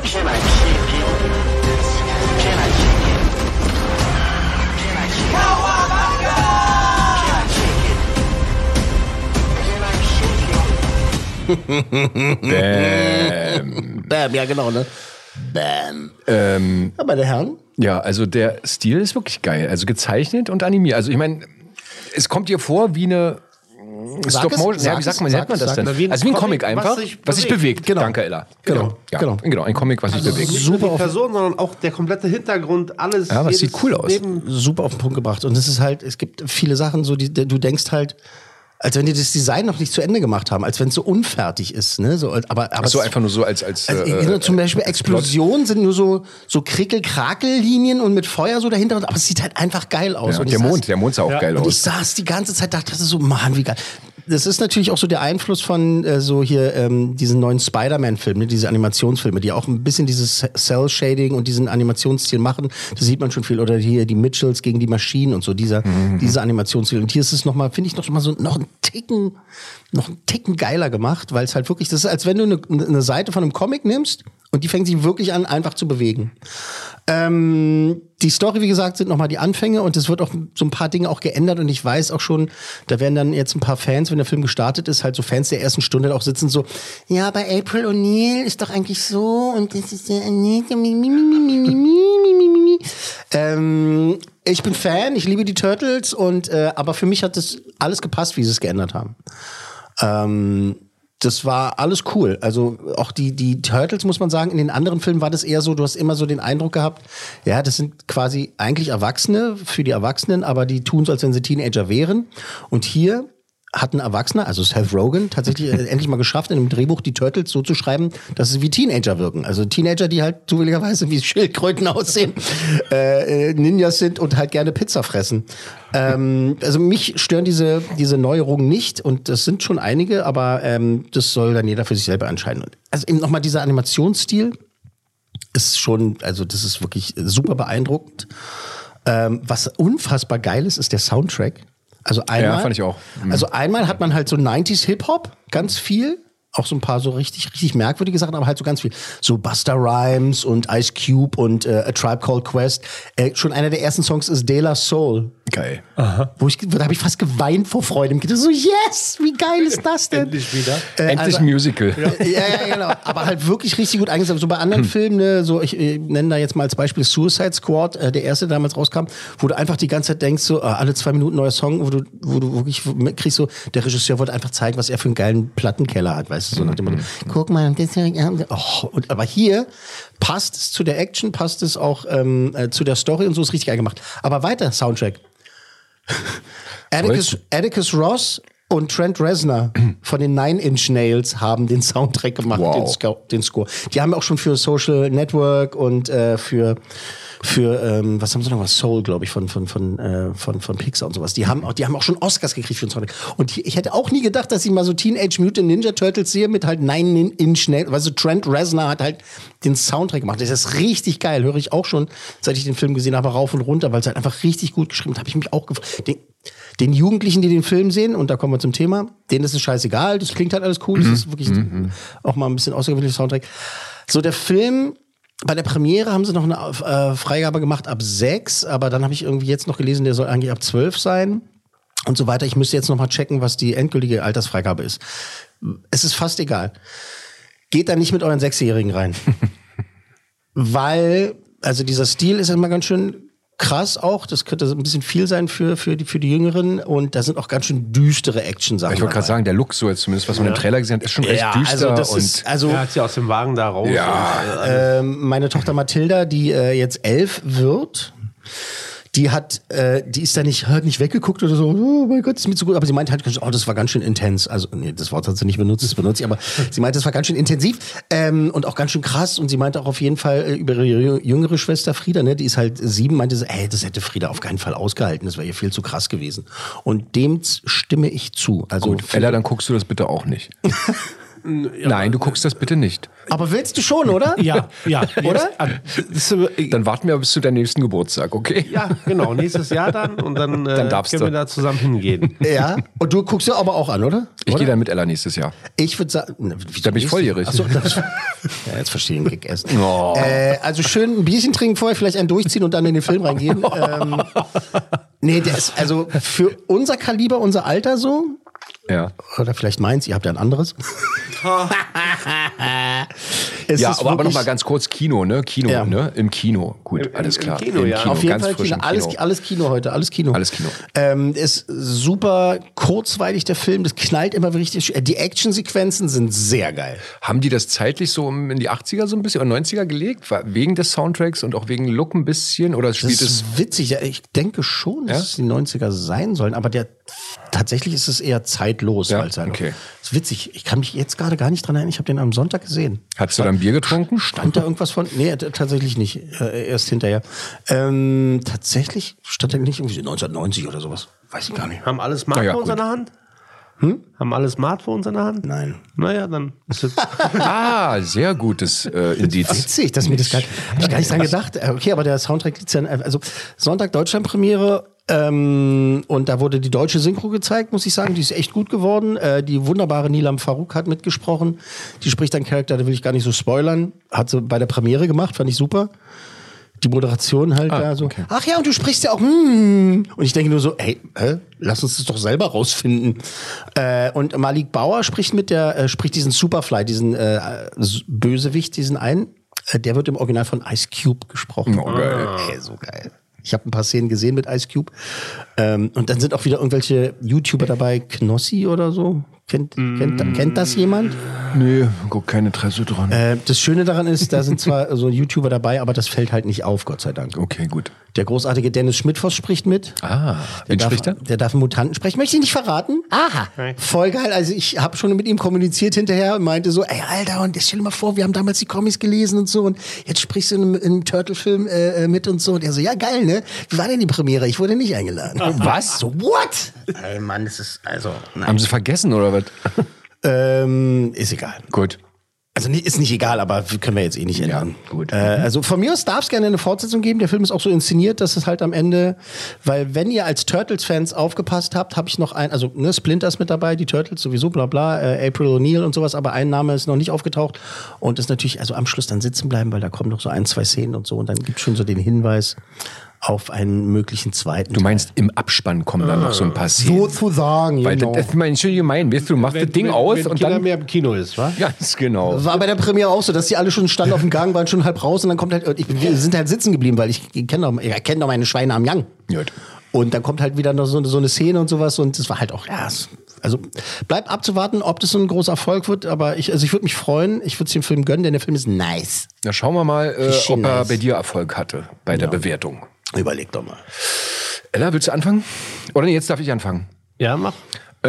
Bam. Bam, ja genau, ne? Bam. Ähm, ja, meine Herren. Ja, also der Stil ist wirklich geil. Also gezeichnet und animiert. Also ich meine, es kommt dir vor wie eine Stop Motion. Ja, wie sagt man, nennt man das denn? Also wie ein Comic einfach, was sich, was sich bewegt. Genau. Danke, Ella. Genau. Genau. Ja. Genau. genau. Ein Comic, was sich also bewegt. Nicht super nur die Person, sondern auch der komplette Hintergrund, alles. Ja, was sieht cool aus. Super auf den Punkt gebracht. Und es ist halt, es gibt viele Sachen, so die du denkst halt, als wenn die das Design noch nicht zu Ende gemacht haben, als wenn es so unfertig ist. Ne? So, aber, aber so einfach nur so als... als also, äh, zum Beispiel Explosionen sind nur so, so Krickel-Krakel-Linien und mit Feuer so dahinter, aber es sieht halt einfach geil aus. Ja, und der saß, Mond, der Mond sah auch ja. geil und aus. Und ich saß die ganze Zeit, dachte, das ist so, Mann, wie geil. Das ist natürlich auch so der Einfluss von äh, so hier ähm, diesen neuen Spider-Man-Filmen, ne? Diese Animationsfilme, die auch ein bisschen dieses Cell-Shading und diesen Animationsstil machen. Das sieht man schon viel. Oder hier die Mitchells gegen die Maschinen und so, dieser, mhm. dieser Animationsstil. Und hier ist es nochmal, finde ich, noch mal so noch ein Ticken, noch ein Ticken geiler gemacht, weil es halt wirklich, das ist, als wenn du eine, eine Seite von einem Comic nimmst und die fängt sich wirklich an, einfach zu bewegen. Ähm, die Story, wie gesagt, sind nochmal die Anfänge und es wird auch so ein paar Dinge auch geändert und ich weiß auch schon, da werden dann jetzt ein paar Fans, wenn der Film gestartet ist, halt so Fans der ersten Stunde auch sitzen so, ja, bei April O'Neil ist doch eigentlich so und das ist ja ähm, ich bin Fan, ich liebe die Turtles und äh, aber für mich hat das alles gepasst, wie sie es geändert haben. Ähm, Das war alles cool. Also auch die, die Turtles, muss man sagen, in den anderen Filmen war das eher so, du hast immer so den Eindruck gehabt, ja, das sind quasi eigentlich Erwachsene für die Erwachsenen, aber die tun so, als wenn sie Teenager wären. Und hier hat ein Erwachsener, also Seth Rogen, tatsächlich endlich mal geschafft, in einem Drehbuch die Turtles so zu schreiben, dass sie wie Teenager wirken. Also Teenager, die halt zufälligerweise wie Schildkröten aussehen, äh, Ninjas sind und halt gerne Pizza fressen. Ähm, also mich stören diese, diese Neuerungen nicht und das sind schon einige, aber ähm, das soll dann jeder für sich selber entscheiden. Also eben nochmal dieser Animationsstil ist schon, also das ist wirklich super beeindruckend. Ähm, was unfassbar geil ist, ist der Soundtrack. Also einmal, ja, fand ich auch. Mhm. Also einmal hat man halt so neunziger Hip-Hop, ganz viel. Auch so ein paar so richtig, richtig merkwürdige Sachen, aber halt so ganz viel. So Busta Rhymes und Ice Cube und äh, A Tribe Called Quest. Äh, schon einer der ersten Songs ist De La Soul. Geil. Aha. Wo ich, da habe ich fast geweint vor Freude. Ich dachte so, yes, wie geil ist das denn? Endlich wieder. Äh, Endlich also, Musical. Ja, ja, genau. Aber halt wirklich richtig gut eingesetzt. So bei anderen hm. Filmen, ne, so ich, ich nenne da jetzt mal als Beispiel Suicide Squad, äh, der erste, der damals rauskam, wo du einfach die ganze Zeit denkst, so äh, alle zwei Minuten neuer Song, wo du, wo du wirklich kriegst, so der Regisseur wollte einfach zeigen, was er für einen geilen Plattenkeller hat, weißt du, so nach dem Motto, guck mal, das oh, und aber hier passt es zu der Action, passt es auch ähm, äh, zu der Story und so ist richtig geil gemacht. Aber weiter, Soundtrack. Atticus, Atticus Ross und Trent Reznor von den Nine Inch Nails haben den Soundtrack gemacht, wow. den, Sco- den Score. Die haben auch schon für Social Network und äh, für für ähm, was haben sie noch was Soul, glaube ich, von von von äh, von von Pixar und sowas. Die haben auch die haben auch schon Oscars gekriegt für den Soundtrack. Und ich hätte auch nie gedacht, dass ich mal so Teenage Mutant Ninja Turtles sehe mit halt Nine Inch Nails. Weißt du, Trent Reznor hat halt den Soundtrack gemacht. Das ist richtig geil. Höre ich auch schon, seit ich den Film gesehen habe, rauf und runter, weil es halt einfach richtig gut geschrieben ist. Habe ich mich auch gefragt. Den, den Jugendlichen, die den Film sehen, und da kommen wir zum Thema, denen ist es scheißegal. Das klingt halt alles cool. Das ist wirklich mhm. auch mal ein bisschen außergewöhnlicher Soundtrack. So, der Film. Bei der Premiere haben sie noch eine äh, Freigabe gemacht ab sechs, aber dann habe ich irgendwie jetzt noch gelesen, der soll eigentlich ab zwölf sein und so weiter. Ich müsste jetzt noch mal checken, was die endgültige Altersfreigabe ist. Es ist fast egal. Geht da nicht mit euren Sechsjährigen rein. Weil, also dieser Stil ist immer ganz schön krass auch. Das könnte ein bisschen viel sein für, für, die, für die Jüngeren. Und da sind auch ganz schön düstere Action-Sachen. Ich wollte gerade sagen, der Look so jetzt zumindest, was man ja. im Trailer gesehen hat, ist schon recht ja, düster. Also das und ist, also, er hat sie aus dem Wagen da raus. Ja. Und, äh, meine Tochter Mathilda, die äh, jetzt elf wird, die hat, äh, die ist da nicht, hat nicht weggeguckt oder so, oh mein Gott, ist mir zu gut. Aber sie meinte halt, oh, das war ganz schön intens. Also, nee, das Wort hat sie nicht benutzt, das benutze ich, aber sie meinte, das war ganz schön intensiv ähm, und auch ganz schön krass. Und sie meinte auch auf jeden Fall äh, über ihre jüngere Schwester Frieda, ne, die ist halt sieben, meinte sie, ey, das hätte Frieda auf keinen Fall ausgehalten, das wäre ihr viel zu krass gewesen. Und dem stimme ich zu. Also, gut, Ella, dann guckst du das bitte auch nicht. Ja, nein, du guckst das bitte nicht. Aber willst du schon, oder? Ja, ja. Oder? Dann warten wir bis zu deinem nächsten Geburtstag, okay? Ja, genau. Nächstes Jahr dann und dann, äh, dann darfst können du. wir da zusammen hingehen. Ja. Und du guckst ja aber auch an, oder? Ich gehe dann mit Ella nächstes Jahr. Ich würde sagen, ne, da bin ich volljährig. Achso, das, ja, jetzt verstehe ich den Gag erst. Oh. Äh, also schön ein Bierchen trinken vorher, vielleicht einen durchziehen und dann in den Film reingehen. ähm, nee, der ist also für unser Kaliber, unser Alter so. Ja. Oder vielleicht meins, ihr habt ja ein anderes. Ja, aber, aber noch mal ganz kurz Kino, ne? Kino, ja. ne? Im Kino. Gut, Im, alles klar. Im Kino, Im ja. Kino, auf jeden ganz Fall Kino. Alles, Kino. alles Kino heute, alles Kino. Alles Kino. Ähm, ist super kurzweilig, der Film. Das knallt immer richtig. Die Actionsequenzen sind sehr geil. Haben die das zeitlich so in die achtziger so ein bisschen oder neunziger gelegt? Wegen des Soundtracks und auch wegen Look ein bisschen? Oder spielt das ist es witzig. Ja, ich denke schon, dass ja? es die neunziger sein sollen. Aber der tatsächlich ist es eher zeitlos. Ja, halt okay. Das ist witzig. Ich kann mich jetzt gerade gar nicht dran erinnern. Ich habe den am Sonntag gesehen. Hast du dann Bier getrunken? Stand da irgendwas von? Nee, t- tatsächlich nicht. Äh, erst hinterher. Ähm, tatsächlich stand da nicht irgendwie neunzehnhundertneunzig oder sowas. Weiß ich gar nicht. Haben alle Smartphones ja, in der Hand? Hm? Haben alle Smartphones in der Hand? Nein. Naja, dann ist es. Ah, sehr gutes äh, Indiz. Witzig, dass mir das gar, hab ich gar nicht dran gedacht. Okay, aber der Soundtrack liegt ja, also Sonntag Deutschland-Premiere. Ähm, und da wurde die deutsche Synchro gezeigt, muss ich sagen. Die ist echt gut geworden. Äh, die wunderbare Nilam Farouk hat mitgesprochen. Die spricht einen Charakter, da will ich gar nicht so spoilern. Hat sie bei der Premiere gemacht, fand ich super. Die Moderation halt ah, da so. Okay. Ach ja, und du sprichst ja auch. Mm. Und ich denke nur so, hey, hä? Lass uns das doch selber rausfinden. Äh, und Malik Bauer spricht mit der, äh, spricht diesen Superfly, diesen äh, Bösewicht, diesen einen. Äh, der wird im Original von Ice Cube gesprochen. Oh, geil. Ey, so geil. Ich habe ein paar Szenen gesehen mit Ice Cube. Ähm, und dann sind auch wieder irgendwelche YouTuber dabei. Knossi oder so. Kennt, mm. kennt, kennt das jemand? Nee, guck kein Interesse dran. Äh, das Schöne daran ist, da sind zwar so YouTuber dabei, aber das fällt halt nicht auf, Gott sei Dank. Okay, gut. Der großartige Dennis Schmidtfoss spricht mit. Ah, wen darf, spricht er? Der darf einen Mutanten sprechen. Möchte ich nicht verraten. Aha. Voll geil. Also ich habe schon mit ihm kommuniziert hinterher und meinte so, ey, Alter, und stell dir mal vor, wir haben damals die Comics gelesen und so und jetzt sprichst du in einem, in einem Turtle-Film äh, mit und so. Und er so, ja geil, ne? Wie war denn die Premiere? Ich wurde nicht eingeladen. Was? So, what? Ey, Mann, das ist, also... Nein. Haben sie vergessen oder was? Ähm, ist egal. Gut. Also ist nicht egal, aber können wir jetzt eh nicht ändern. Ja, gut. Äh, also von mir aus darf es gerne eine Fortsetzung geben. Der Film ist auch so inszeniert, dass es halt am Ende, weil wenn ihr als Turtles-Fans aufgepasst habt, habe ich noch ein, also ne, Splinter ist mit dabei, die Turtles sowieso, bla bla, äh, April O'Neil und sowas, aber ein Name ist noch nicht aufgetaucht und ist natürlich also am Schluss dann sitzen bleiben, weil da kommen noch so ein, zwei Szenen und so und dann gibt es schon so den Hinweis auf einen möglichen zweiten. Du meinst, Teil. Im Abspann kommen dann noch so ein paar Szenen. Sozusagen, Weil genau. Das ist mein schön gemein, weißt du, du machst wenn, das Ding wenn, aus wenn und dann dann mehr im Kino ist, wa? Ganz genau. War bei der Premiere auch so, dass die alle schon standen auf dem Gang, waren schon halb raus und dann kommt halt, ich, wir sind halt sitzen geblieben, weil ich kenne doch, ich kenn doch meine Schweine am Yang. Gut. Und dann kommt halt wieder noch so, so eine Szene und sowas und das war halt auch, ja, also bleibt abzuwarten, ob das so ein großer Erfolg wird, aber ich, also ich würde mich freuen, ich würde es dem Film gönnen, denn der Film ist nice. Na, schauen wir mal, äh, ob nice. er bei dir Erfolg hatte, bei der ja. Bewertung. Überleg doch mal. Ella, willst du anfangen? Oder nee, jetzt darf ich anfangen. Ja, mach. Äh,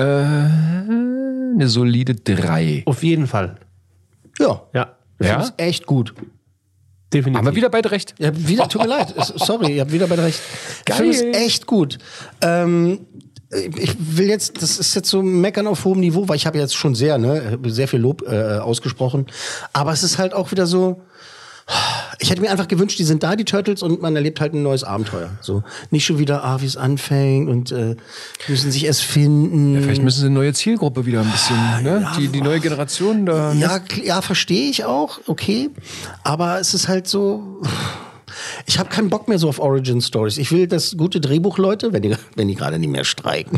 eine solide drei. Auf jeden Fall. Ja. Ja. Der ja? Film ist echt gut. Definitiv. Haben wir wieder beide recht? Ja, wieder, tut mir leid. Sorry, ihr habt wieder beide recht. Der Film ist echt gut. Ähm, ich will jetzt, das ist jetzt so Meckern auf hohem Niveau, weil ich habe jetzt schon sehr, ne, sehr viel Lob äh, ausgesprochen. Aber es ist halt auch wieder so, ich hätte mir einfach gewünscht, die sind da, die Turtles, und man erlebt halt ein neues Abenteuer. So, nicht schon wieder, ah, wie es anfängt und äh, müssen sich erst finden. Ja, vielleicht müssen sie eine neue Zielgruppe wieder ein bisschen, ne? Ja, die, die neue Generation da. Ne? Ja, ja, verstehe ich auch, okay. Aber es ist halt so, ich habe keinen Bock mehr so auf Origin Stories. Ich will, dass gute Drehbuchleute, wenn die, wenn die gerade nicht mehr streiken,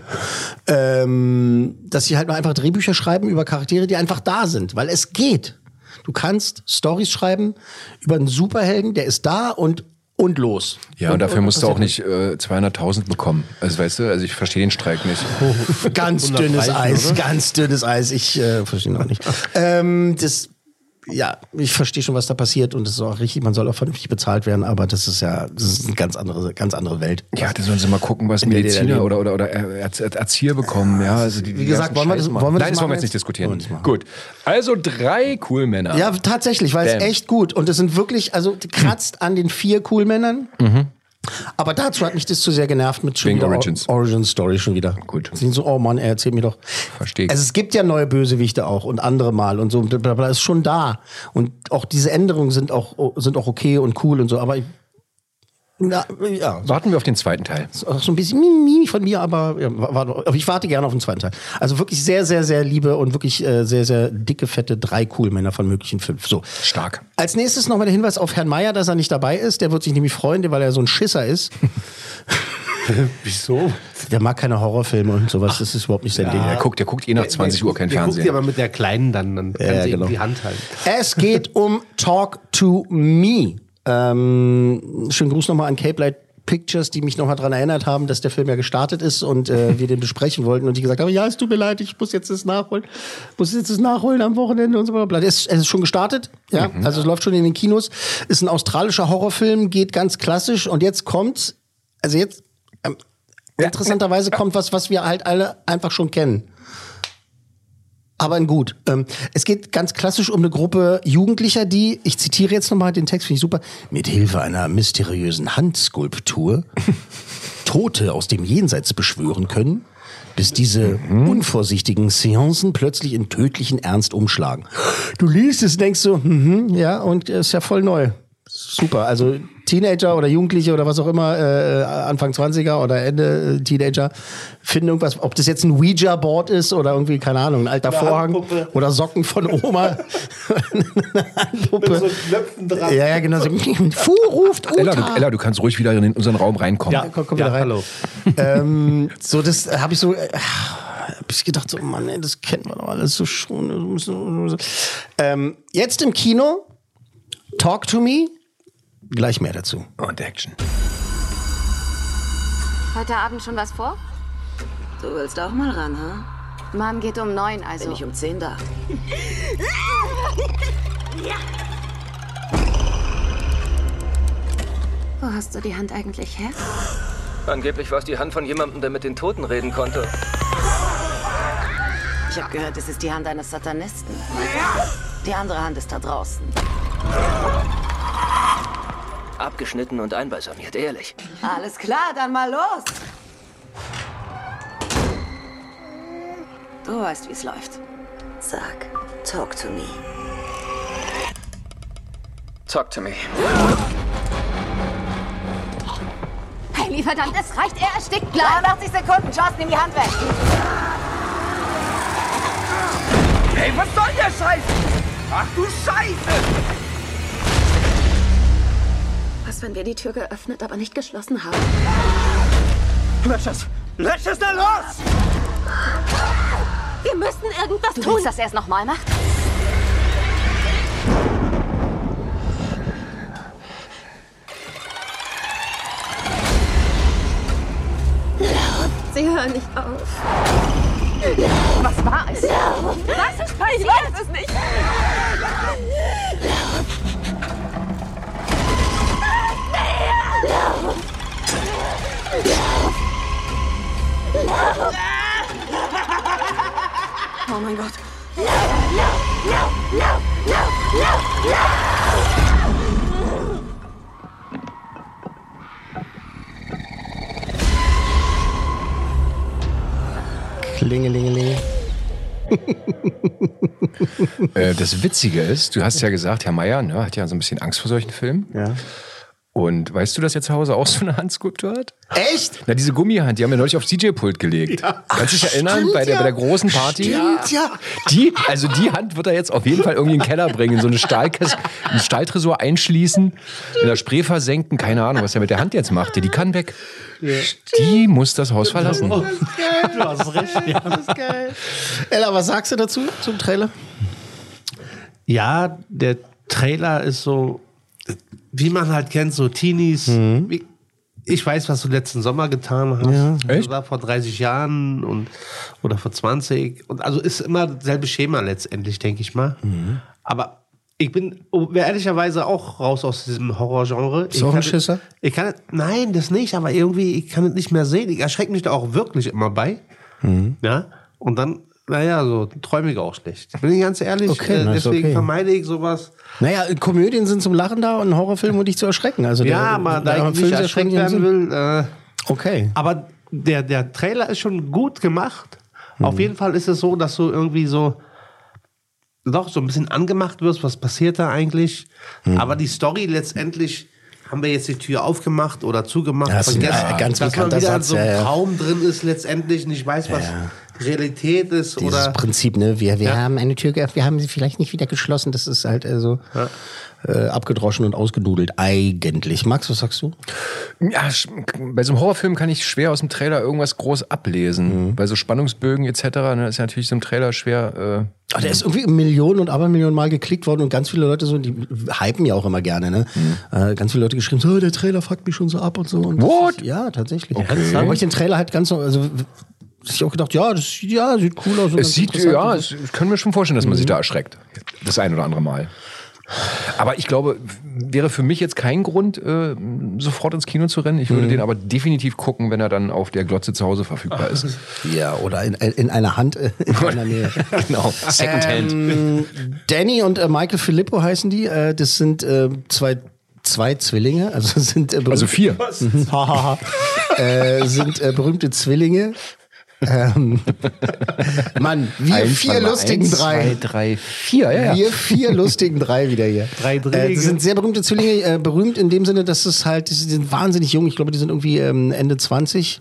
ähm, dass sie halt mal einfach Drehbücher schreiben über Charaktere, die einfach da sind, weil es geht. Du kannst Storys schreiben über einen Superhelden, der ist da und und los. Ja, und, und dafür musst du auch nicht äh, zweihunderttausend bekommen. Also weißt du, also ich verstehe den Streik nicht. Ganz dünnes Eis, oder? Ganz dünnes Eis. Ich äh, verstehe noch nicht. ähm, das Ja, ich verstehe schon, was da passiert und das ist auch richtig, man soll auch vernünftig bezahlt werden, aber das ist ja, das ist eine ganz andere, ganz andere Welt. Ja, da sollen sie mal gucken, was Mediziner oder, oder, oder Erzieher bekommen. Ja, also die, die Wie gesagt, wollen wir das, wollen wir Nein, das, das wollen wir jetzt nicht diskutieren. Gut. Also drei Cool-Männer. Ja, tatsächlich, weil es echt gut und es sind wirklich, also kratzt an den vier Cool-Männern. Mhm. Aber dazu hat mich das zu sehr genervt mit schon Origins. Origin Story schon wieder. Gut. Sie sind so, oh Mann, er erzählt mir doch. Verstehe. Also es gibt ja neue Bösewichte auch und andere mal und so. Blablabla, ist schon da. Und auch diese Änderungen sind auch, sind auch okay und cool und so. Aber ich, na, ja. Warten wir auf den zweiten Teil. Ist auch so ein bisschen Mimi von mir, aber, ja, aber ich warte gerne auf den zweiten Teil. Also wirklich sehr, sehr, sehr liebe und wirklich äh, sehr, sehr dicke, fette drei Cool-Männer von möglichen fünf. So. Stark. Als nächstes nochmal der Hinweis auf Herrn Meier, dass er nicht dabei ist. Der wird sich nämlich freuen, weil er so ein Schisser ist. Wieso? Der mag keine Horrorfilme und sowas. Das ist überhaupt nicht sein ja. Ding. Der guckt, der guckt eh nach zwanzig Uhr kein der Fernsehen. Der guckt aber mit der Kleinen dann, dann kann ja, sie genau. ihm die Hand halten. Es geht um Talk to Me. Ähm, schönen Gruß nochmal an Cape Light Pictures, die mich nochmal daran erinnert haben, dass der Film ja gestartet ist und äh, wir den besprechen wollten und die gesagt haben, ja, es tut mir leid, ich muss jetzt das nachholen, muss jetzt das nachholen am Wochenende und so weiter. Es ist, es ist schon gestartet, ja, mhm. Also es läuft schon in den Kinos, ist ein australischer Horrorfilm, geht ganz klassisch und jetzt kommt, also jetzt, ähm, interessanterweise kommt was, was wir halt alle einfach schon kennen. Aber in gut. Ähm, es geht ganz klassisch um eine Gruppe Jugendlicher, die, ich zitiere jetzt nochmal den Text, finde ich super, mit Hilfe einer mysteriösen Handskulptur Tote aus dem Jenseits beschwören können, bis diese mhm. unvorsichtigen Seancen plötzlich in tödlichen Ernst umschlagen. Du liest es und denkst so, mhm, ja, und ist ja voll neu. Super, also Teenager oder Jugendliche oder was auch immer, äh, Anfang zwanziger oder Ende äh, Teenager, finden irgendwas, ob das jetzt ein Ouija-Board ist oder irgendwie, keine Ahnung, ein alter Vorhang oder Socken von Oma. Mit so Knöpfen dran. Ja, ja, genau. So, Fu ruft Uta. Ella du, Ella, du kannst ruhig wieder in unseren Raum reinkommen. Ja, komm, komm ja, wieder rein. Hallo. ähm, so, das habe ich so... Äh, hab ich gedacht, so, Mann, ey, das kennen wir doch alles so schon. Ähm, jetzt im Kino, Talk to Me. Gleich mehr dazu. Und Action. Heute Abend schon was vor? Du willst auch mal ran, ha? Mom geht um neun, also... Bin ich um zehn da. Wo hast du die Hand eigentlich her? Angeblich war es die Hand von jemandem, der mit den Toten reden konnte. Ich habe gehört, es ist die Hand eines Satanisten. Die andere Hand ist da draußen. Abgeschnitten und einbalsamiert, ehrlich. Alles klar, dann mal los. Du weißt, wie es läuft. Sag, talk to me. Talk to me. Hey, verdammt, es reicht, er erstickt gleich. dreiundachtzig Sekunden, Charles, nimm die Hand weg. Hey, was soll der Scheiß? Ach du Scheiße! Was, wenn wir die Tür geöffnet, aber nicht geschlossen haben? Lösch es! Lösch es da los! Wir müssen irgendwas du tun. Du willst, dass er es nochmal macht? Sie hören nicht auf. Was war es? Was ist passiert? Ich weiß es nicht. Oh mein Gott. Klingelingeling. äh, das Witzige ist, du hast ja gesagt, Herr Meier ne, hat ja so ein bisschen Angst vor solchen Filmen. Ja. Und weißt du, dass er zu Hause auch so eine Handskulptur hat? Echt? Na, diese Gummihand, die haben wir neulich aufs D J-Pult gelegt. Ja. Kannst du dich erinnern, Stimmt, bei, der, ja. bei der großen Party? Stimmt, ja. Die, also die Hand wird er jetzt auf jeden Fall irgendwie in den Keller bringen, in so eine Stahlkäse, einen Stahltresor einschließen, in der Spree versenken, keine Ahnung, was er mit der Hand jetzt macht. Die kann weg. Ja. Die muss das Haus verlassen. Das ist geil. Du hast recht, ja. Das ist geil. Ella, was sagst du dazu, zum Trailer? Ja, der Trailer ist so, wie man halt kennt, so Teenies. Mhm. Ich weiß, was du letzten Sommer getan hast. Ja. Das war vor dreißig Jahren und, oder vor zwanzig. Und also ist immer dasselbe Schema letztendlich, denke ich mal. Mhm. Aber ich bin ehrlicherweise auch raus aus diesem Horrorgenre. Ist auch ein Schisser? Ich kann, nein, das nicht, aber irgendwie, ich kann es nicht mehr sehen. Ich erschrecke mich da auch wirklich immer bei. Mhm. Ja, und dann, naja, so träume ich auch schlecht. Bin ich ganz ehrlich. Okay, äh, deswegen okay. vermeide ich sowas. Naja, Komödien sind zum Lachen da und ein Horrorfilm, um dich zu erschrecken. Also ja, aber da ich nicht erschreckt werden will. Äh, okay. Aber der, der Trailer ist schon gut gemacht. Mhm. Auf jeden Fall ist es so, dass du irgendwie so doch so ein bisschen angemacht wirst, was passiert da eigentlich. Mhm. Aber die Story letztendlich, haben wir jetzt die Tür aufgemacht oder zugemacht, ja, vergessen, ja, ganz dass man wieder Satz, so ein ja, ja. Traum drin ist letztendlich, nicht weiß, was ja. Realität ist. Dieses oder Prinzip, ne? Wir, wir ja. haben eine Tür geöffnet, wir haben sie vielleicht nicht wieder geschlossen. Das ist halt äh, so ja. äh, abgedroschen und ausgenudelt eigentlich. Max, was sagst du? Ja, bei so einem Horrorfilm kann ich schwer aus dem Trailer irgendwas groß ablesen. Mhm. Bei so Spannungsbögen et cetera, ne, ist ja natürlich so ein Trailer schwer. Äh, Aber der ist irgendwie Millionen und Abermillionen Mal geklickt worden und ganz viele Leute so, die hypen ja auch immer gerne, ne? Mhm. Äh, ganz viele Leute geschrieben, so, der Trailer fuckt mich schon so ab und so. Und What? Ist, ja, tatsächlich. Okay. Aber ich den Trailer halt ganz so, also ich auch gedacht, ja, das sieht, ja, sieht cool aus. Es sieht, ja, es, ich kann mir schon vorstellen, dass man mhm. sich da erschreckt. Das ein oder andere Mal. Aber ich glaube, wäre für mich jetzt kein Grund, äh, sofort ins Kino zu rennen. Ich würde mhm. den aber definitiv gucken, wenn er dann auf der Glotze zu Hause verfügbar ist. Ja, oder in, in einer Hand äh, in einer Nähe. Genau, Secondhand. Ähm, Danny und äh, Michael Filippo heißen die. Äh, das sind äh, zwei Zwei Zwillinge, also sind äh, berühmte, also vier, äh, sind äh, berühmte Zwillinge. Ähm, Mann, wir eins, vier lustigen eins, drei. Zwei, drei, vier, ja, ja. Wir vier lustigen drei wieder hier. Drei Dräge. Äh, das sind sehr berühmte Zwillinge, äh, berühmt in dem Sinne, dass es halt, die sind wahnsinnig jung. Ich glaube, die sind irgendwie ähm, Ende zwanzig.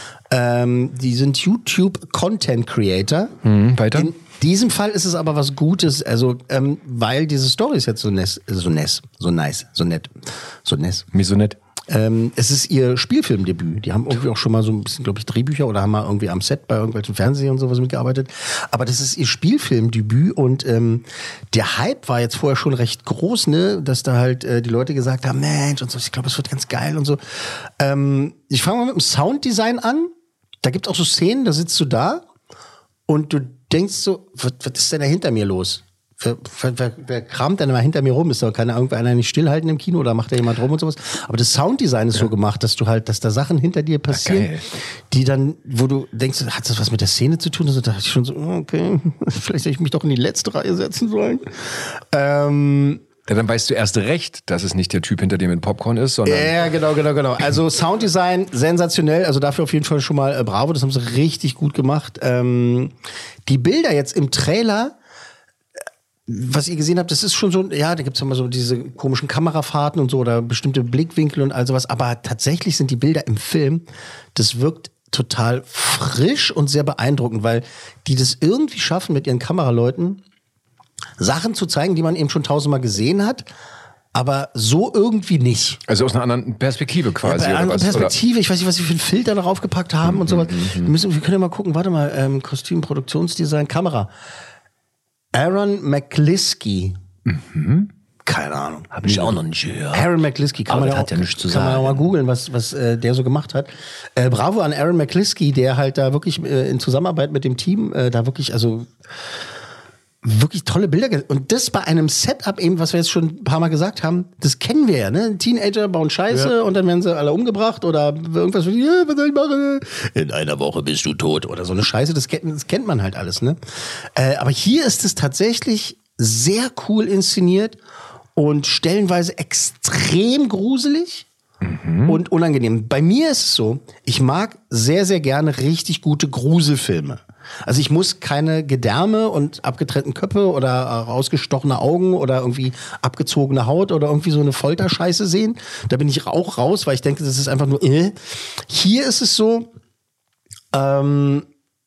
Ähm, die sind YouTube-Content-Creator. Mhm, weiter. In diesem Fall ist es aber was Gutes, also ähm, weil diese Story ist jetzt so ness, so ness, so nice, so nett, so ness. Wie so nett. Ähm, es ist ihr Spielfilmdebüt. Die haben irgendwie auch schon mal so ein bisschen, glaube ich, Drehbücher oder haben mal irgendwie am Set bei irgendwelchen Fernsehern und sowas mitgearbeitet. Aber das ist ihr Spielfilmdebüt und ähm, der Hype war jetzt vorher schon recht groß, ne, dass da halt äh, die Leute gesagt haben, Mensch und so, ich glaube, es wird ganz geil und so. Ähm, ich fange mal mit dem Sounddesign an. Da gibt es auch so Szenen, da sitzt du da und du denkst so, was, was ist denn da hinter mir los? Wer, wer, wer kramt denn mal hinter mir rum? Ist doch keine irgendeiner nicht stillhalten im Kino oder macht da jemand rum und sowas? Aber das Sounddesign ist ja so gemacht, dass du halt, dass da Sachen hinter dir passieren, Ach, die dann, wo du denkst, hat das was mit der Szene zu tun? Also da dachte ich schon so, okay, vielleicht hätte ich mich doch in die letzte Reihe setzen sollen. Ähm, Ja, dann weißt du erst recht, dass es nicht der Typ hinter dir mit Popcorn ist, sondern... Ja, genau, genau, genau. Also Sounddesign sensationell, also dafür auf jeden Fall schon mal äh, bravo, das haben sie richtig gut gemacht. Ähm, die Bilder jetzt im Trailer, was ihr gesehen habt, das ist schon so, ja, da gibt's ja mal so diese komischen Kamerafahrten und so oder bestimmte Blickwinkel und all sowas, aber tatsächlich sind die Bilder im Film, das wirkt total frisch und sehr beeindruckend, weil die das irgendwie schaffen mit ihren Kameraleuten, Sachen zu zeigen, die man eben schon tausendmal gesehen hat, aber so irgendwie nicht. Also aus einer anderen Perspektive quasi. Ja, eine andere oder was? Perspektive, Oder? Ich weiß nicht, was sie für einen Filter darauf gepackt haben mhm, und sowas. Wir, müssen, wir können ja mal gucken, warte mal, ähm, Kostüm, Produktionsdesign, Kamera. Aaron McLiskey. Mhm. Keine Ahnung. Habe ich auch noch nicht gehört. Aaron McLiskey, kann, man ja, auch, ja nichts zu kann sagen. man auch mal googeln, was, was äh, der so gemacht hat. Äh, bravo an Aaron McLiskey, der halt da wirklich äh, in Zusammenarbeit mit dem Team äh, da wirklich, also wirklich tolle Bilder. Und das bei einem Setup eben, was wir jetzt schon ein paar Mal gesagt haben, das kennen wir ja, ne? Teenager bauen Scheiße ja. und dann werden sie alle umgebracht oder irgendwas, ja, was soll ich machen? In einer Woche bist du tot oder so eine Scheiße, das kennt, das kennt man halt alles, ne? Äh, aber hier ist es tatsächlich sehr cool inszeniert und stellenweise extrem gruselig. Mhm. Und unangenehm. Bei mir ist es so, ich mag sehr, sehr gerne richtig gute Gruselfilme. Also ich muss keine Gedärme und abgetrennten Köpfe oder rausgestochene Augen oder irgendwie abgezogene Haut oder irgendwie so eine Folterscheiße sehen. Da bin ich auch raus, weil ich denke, das ist einfach nur äh. Hier ist es so, ähm,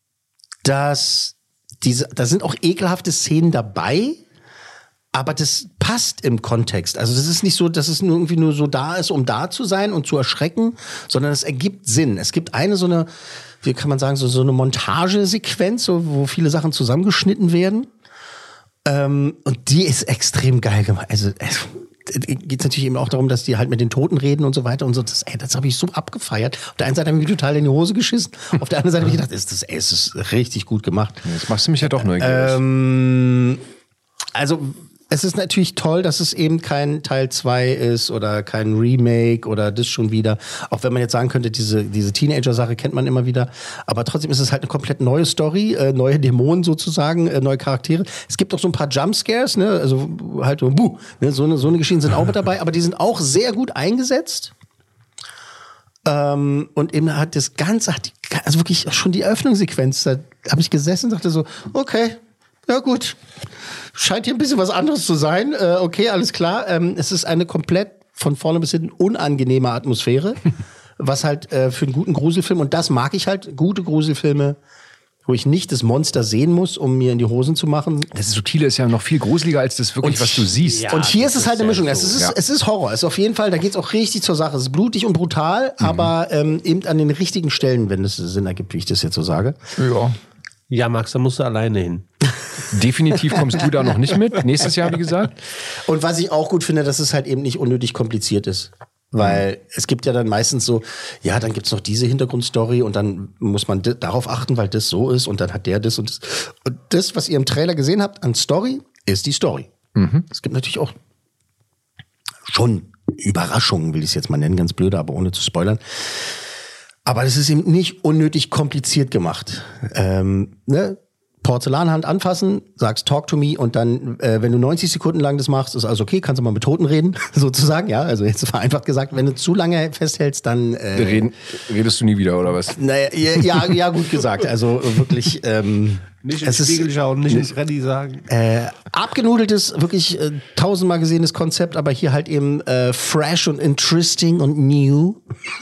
dass diese, da sind auch ekelhafte Szenen dabei, aber das passt im Kontext. Also das ist nicht so, dass es nur irgendwie nur so da ist, um da zu sein und zu erschrecken, sondern es ergibt Sinn. Es gibt eine so eine, wie kann man sagen, so, so eine Montagesequenz, so, wo viele Sachen zusammengeschnitten werden. Ähm, und die ist extrem geil gemacht. Also es geht natürlich eben auch darum, dass die halt mit den Toten reden und so weiter und so. Das, ey, das habe ich so abgefeiert. Auf der einen Seite habe ich mich total in die Hose geschissen. Auf der anderen Seite habe ich gedacht, ist das, ey, es ist richtig gut gemacht. Jetzt machst du mich ja doch neugierig. Ähm, also es ist natürlich toll, dass es eben kein Teil zwei ist oder kein Remake oder das schon wieder. Auch wenn man jetzt sagen könnte, diese, diese Teenager-Sache kennt man immer wieder. Aber trotzdem ist es halt eine komplett neue Story, äh, neue Dämonen sozusagen, äh, neue Charaktere. Es gibt auch so ein paar Jumpscares, ne? Also halt so, buh, ne? so, eine, so eine Geschichten sind auch mit dabei. Aber die sind auch sehr gut eingesetzt. Ähm, und eben hat das Ganze, hat die, also wirklich schon die Eröffnungssequenz, da habe ich gesessen und dachte so, okay, ja gut, scheint hier ein bisschen was anderes zu sein. Äh, okay, alles klar. Ähm, es ist eine komplett von vorne bis hinten unangenehme Atmosphäre, was halt äh, für einen guten Gruselfilm, und das mag ich halt, gute Gruselfilme, wo ich nicht das Monster sehen muss, um mir in die Hosen zu machen. Das Subtile ist ja noch viel gruseliger als das wirklich, und, was du siehst. Ja, und hier ist es halt eine Mischung. So. Es, ist, ja. es ist Horror. Es ist auf jeden Fall, da geht's auch richtig zur Sache. Es ist blutig und brutal, mhm. aber ähm, eben an den richtigen Stellen, wenn es Sinn ergibt, wie ich das jetzt so sage. Ja. Ja, Max, da musst du alleine hin. Definitiv kommst du da noch nicht mit. Nächstes Jahr, wie gesagt. Und was ich auch gut finde, dass es halt eben nicht unnötig kompliziert ist. Weil mhm. es gibt ja dann meistens so, ja, dann gibt's noch diese Hintergrundstory und dann muss man d- darauf achten, weil das so ist und dann hat der das und das. Und das, was ihr im Trailer gesehen habt an Story, ist die Story. Mhm. Es gibt natürlich auch schon Überraschungen, will ich es jetzt mal nennen, ganz blöde, aber ohne zu spoilern. Aber das ist eben nicht unnötig kompliziert gemacht. Ähm, ne? Porzellanhand anfassen, sagst Talk to me und dann, äh, wenn du neunzig Sekunden lang das machst, ist alles okay, kannst du mal mit Toten reden, sozusagen, ja, also jetzt vereinfacht gesagt, wenn du zu lange festhältst, dann... Äh, Reden, redest du nie wieder, oder was? Naja, ja, ja, gut gesagt, also wirklich... Ähm, nicht ins Spiegel schauen, nicht ins Ready sagen. Äh, abgenudeltes, wirklich äh, tausendmal gesehenes Konzept, aber hier halt eben äh, fresh und interesting und new.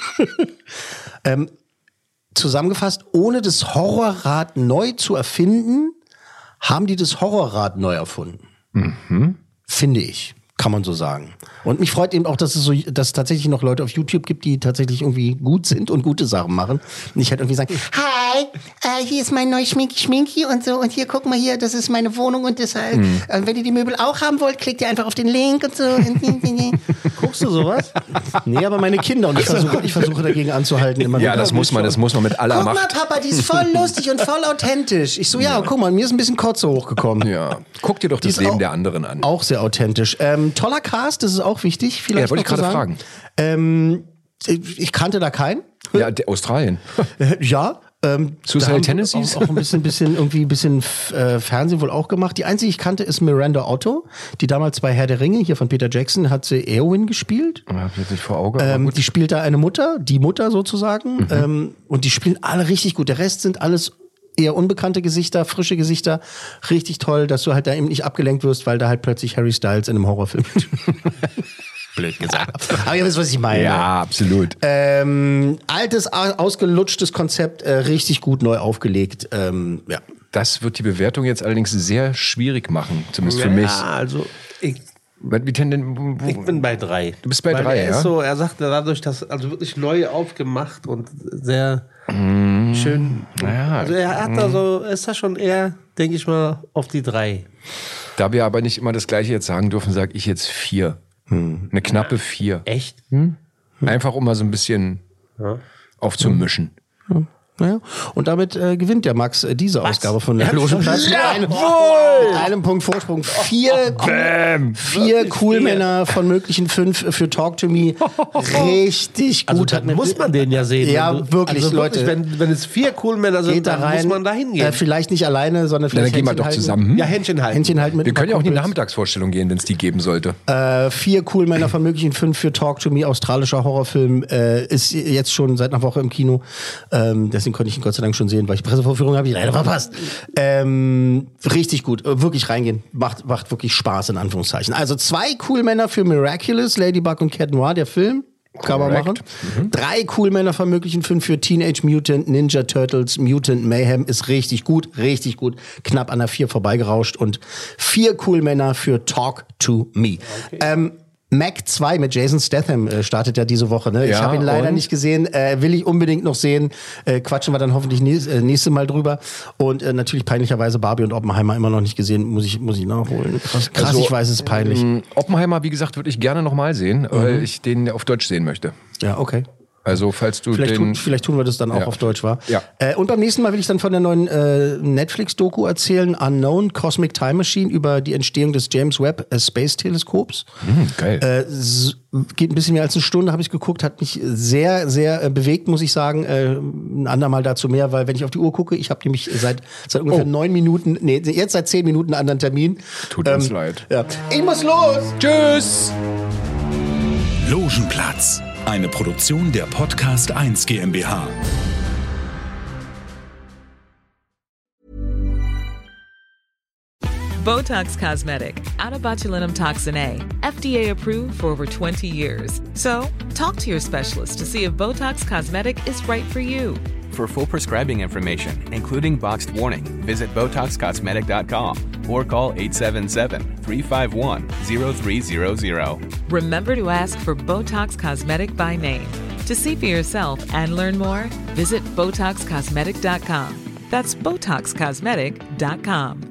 ähm, Zusammengefasst, ohne das Horrorrad neu zu erfinden, haben die das Horrorrad neu erfunden. Mhm. Finde ich. Kann man so sagen. Und mich freut eben auch, dass es so, dass es tatsächlich noch Leute auf YouTube gibt, die tatsächlich irgendwie gut sind und gute Sachen machen. Und ich halt irgendwie sagen, hi, äh, hier ist mein neues Schminki Schminki und so und hier, guck mal hier, das ist meine Wohnung und deshalb, mhm. äh, wenn ihr die Möbel auch haben wollt, klickt ihr einfach auf den Link und so. Guckst du sowas? Nee, aber meine Kinder und ich versuche, ich versuche dagegen anzuhalten. Immer ja, das muss man, das muss man mit aller guck Macht. Guck mal, Papa, die ist voll lustig und voll authentisch. Ich so, ja, ja. guck mal, mir ist ein bisschen Kotze hochgekommen. Ja, guck dir doch das Leben auch, der anderen an. Auch sehr authentisch. Ähm, toller Cast, das ist auch wichtig. Vielleicht ja, wollte ich gerade fragen. Ähm, ich kannte da keinen. Ja, der Australien. ja. Ähm, Suicide Tendencies? Auch, auch ein bisschen, bisschen, irgendwie ein bisschen äh, Fernsehen wohl auch gemacht. Die einzige, ich kannte, ist Miranda Otto, die damals bei Herr der Ringe, hier von Peter Jackson, hat sie Eowyn gespielt. Ja, hab ich jetzt nicht vor Augen. Ähm, die spielt da eine Mutter, die Mutter sozusagen. Mhm. Ähm, und die spielen alle richtig gut. Der Rest sind alles eher unbekannte Gesichter, frische Gesichter. Richtig toll, dass du halt da eben nicht abgelenkt wirst, weil da halt plötzlich Harry Styles in einem Horrorfilm blöd gesagt. Aber ihr wisst, was ich meine. Ja, absolut. Ähm, altes, ausgelutschtes Konzept, äh, richtig gut neu aufgelegt. Ähm, ja. Das wird die Bewertung jetzt allerdings sehr schwierig machen, zumindest für ja, mich. Ja, also ich, wie denn, ich bin bei drei. Du bist bei Weil drei, er ja? Ist so, er sagte dadurch, dass also wirklich neu aufgemacht und sehr mm. schön. Ja. Also er hat mm. da so, ist da schon eher, denke ich mal, auf die drei. Da wir aber nicht immer das Gleiche jetzt sagen dürfen, sage ich jetzt vier. Hm. Eine knappe vier. Echt? Hm? Einfach um mal so ein bisschen ja. aufzumischen. Ja. Naja. Und damit äh, gewinnt der Max äh, diese Was? Ausgabe von der Logenplatz mit einem, mit einem Punkt Vorsprung. Vier, cool, vier Coolmänner von möglichen fünf für Talk to Me. Richtig gut. Also dann muss man den ja sehen. Ja, du, wirklich, also Leute. Wirklich, wenn, wenn es vier Coolmänner sind, da dann rein, muss man da hingehen. Äh, vielleicht nicht alleine, sondern vielleicht ja, dann gehen wir doch halten. zusammen. Ja, Händchen halten. Händchen halten mit wir können ja auch in die Kumpels. Nachmittagsvorstellung gehen, wenn es die geben sollte. Äh, vier Coolmänner von möglichen fünf für Talk to Me. Australischer Horrorfilm. Äh, ist jetzt schon seit einer Woche im Kino. Ähm, deswegen konnte ich ihn Gott sei Dank schon sehen, weil ich die Pressevorführung habe ich leider verpasst. Ähm, richtig gut, wirklich reingehen. Macht, macht wirklich Spaß, in Anführungszeichen. Also zwei Coolmänner für Miraculous, Ladybug und Cat Noir, der Film. Kann man machen. Mhm. Drei Coolmänner von möglichen fünf für Teenage Mutant Ninja Turtles Mutant Mayhem ist richtig gut, richtig gut. Knapp an der vier vorbeigerauscht. Und vier Coolmänner für Talk to Me. Okay. Ähm, Mac zwei mit Jason Statham äh, startet ja diese Woche. Ne? Ich ja, habe ihn leider und? nicht gesehen. Äh, will ich unbedingt noch sehen. Äh, quatschen wir dann hoffentlich nächst, äh, nächste Mal drüber. Und äh, natürlich peinlicherweise Barbie und Oppenheimer immer noch nicht gesehen. Muss ich, muss ich nachholen. Krass, krass also, ich weiß, es ist peinlich. Ähm, Oppenheimer, wie gesagt, würde ich gerne noch mal sehen, mhm. weil ich den auf Deutsch sehen möchte. Ja, okay. Also falls du vielleicht, den tun, vielleicht tun wir das dann auch ja. auf Deutsch, war. Ja. Äh, und beim nächsten Mal will ich dann von der neuen äh, Netflix-Doku erzählen, Unknown Cosmic Time Machine, über die Entstehung des James Webb äh, Space Teleskops. Mhm, geil. Äh, s- geht ein bisschen mehr als eine Stunde, habe ich geguckt, hat mich sehr, sehr äh, bewegt, muss ich sagen. Äh, ein andermal dazu mehr, weil wenn ich auf die Uhr gucke, ich habe nämlich seit, seit ungefähr oh. neun Minuten, nee, jetzt seit zehn Minuten einen anderen Termin. Tut ähm, uns leid. Ja. Ich muss los! Tschüss! Logenplatz. Eine Produktion der Podcast eins GmbH. Botox Cosmetic, out of botulinum toxin A, F D A approved for over twenty years. So, talk to your specialist to see if Botox Cosmetic is right for you. For full prescribing information, including boxed warning, visit Botox Cosmetic dot com or call eight seven seven, three five one, zero three zero zero. Remember to ask for Botox Cosmetic by name. To see for yourself and learn more, visit Botox Cosmetic dot com. That's Botox Cosmetic dot com.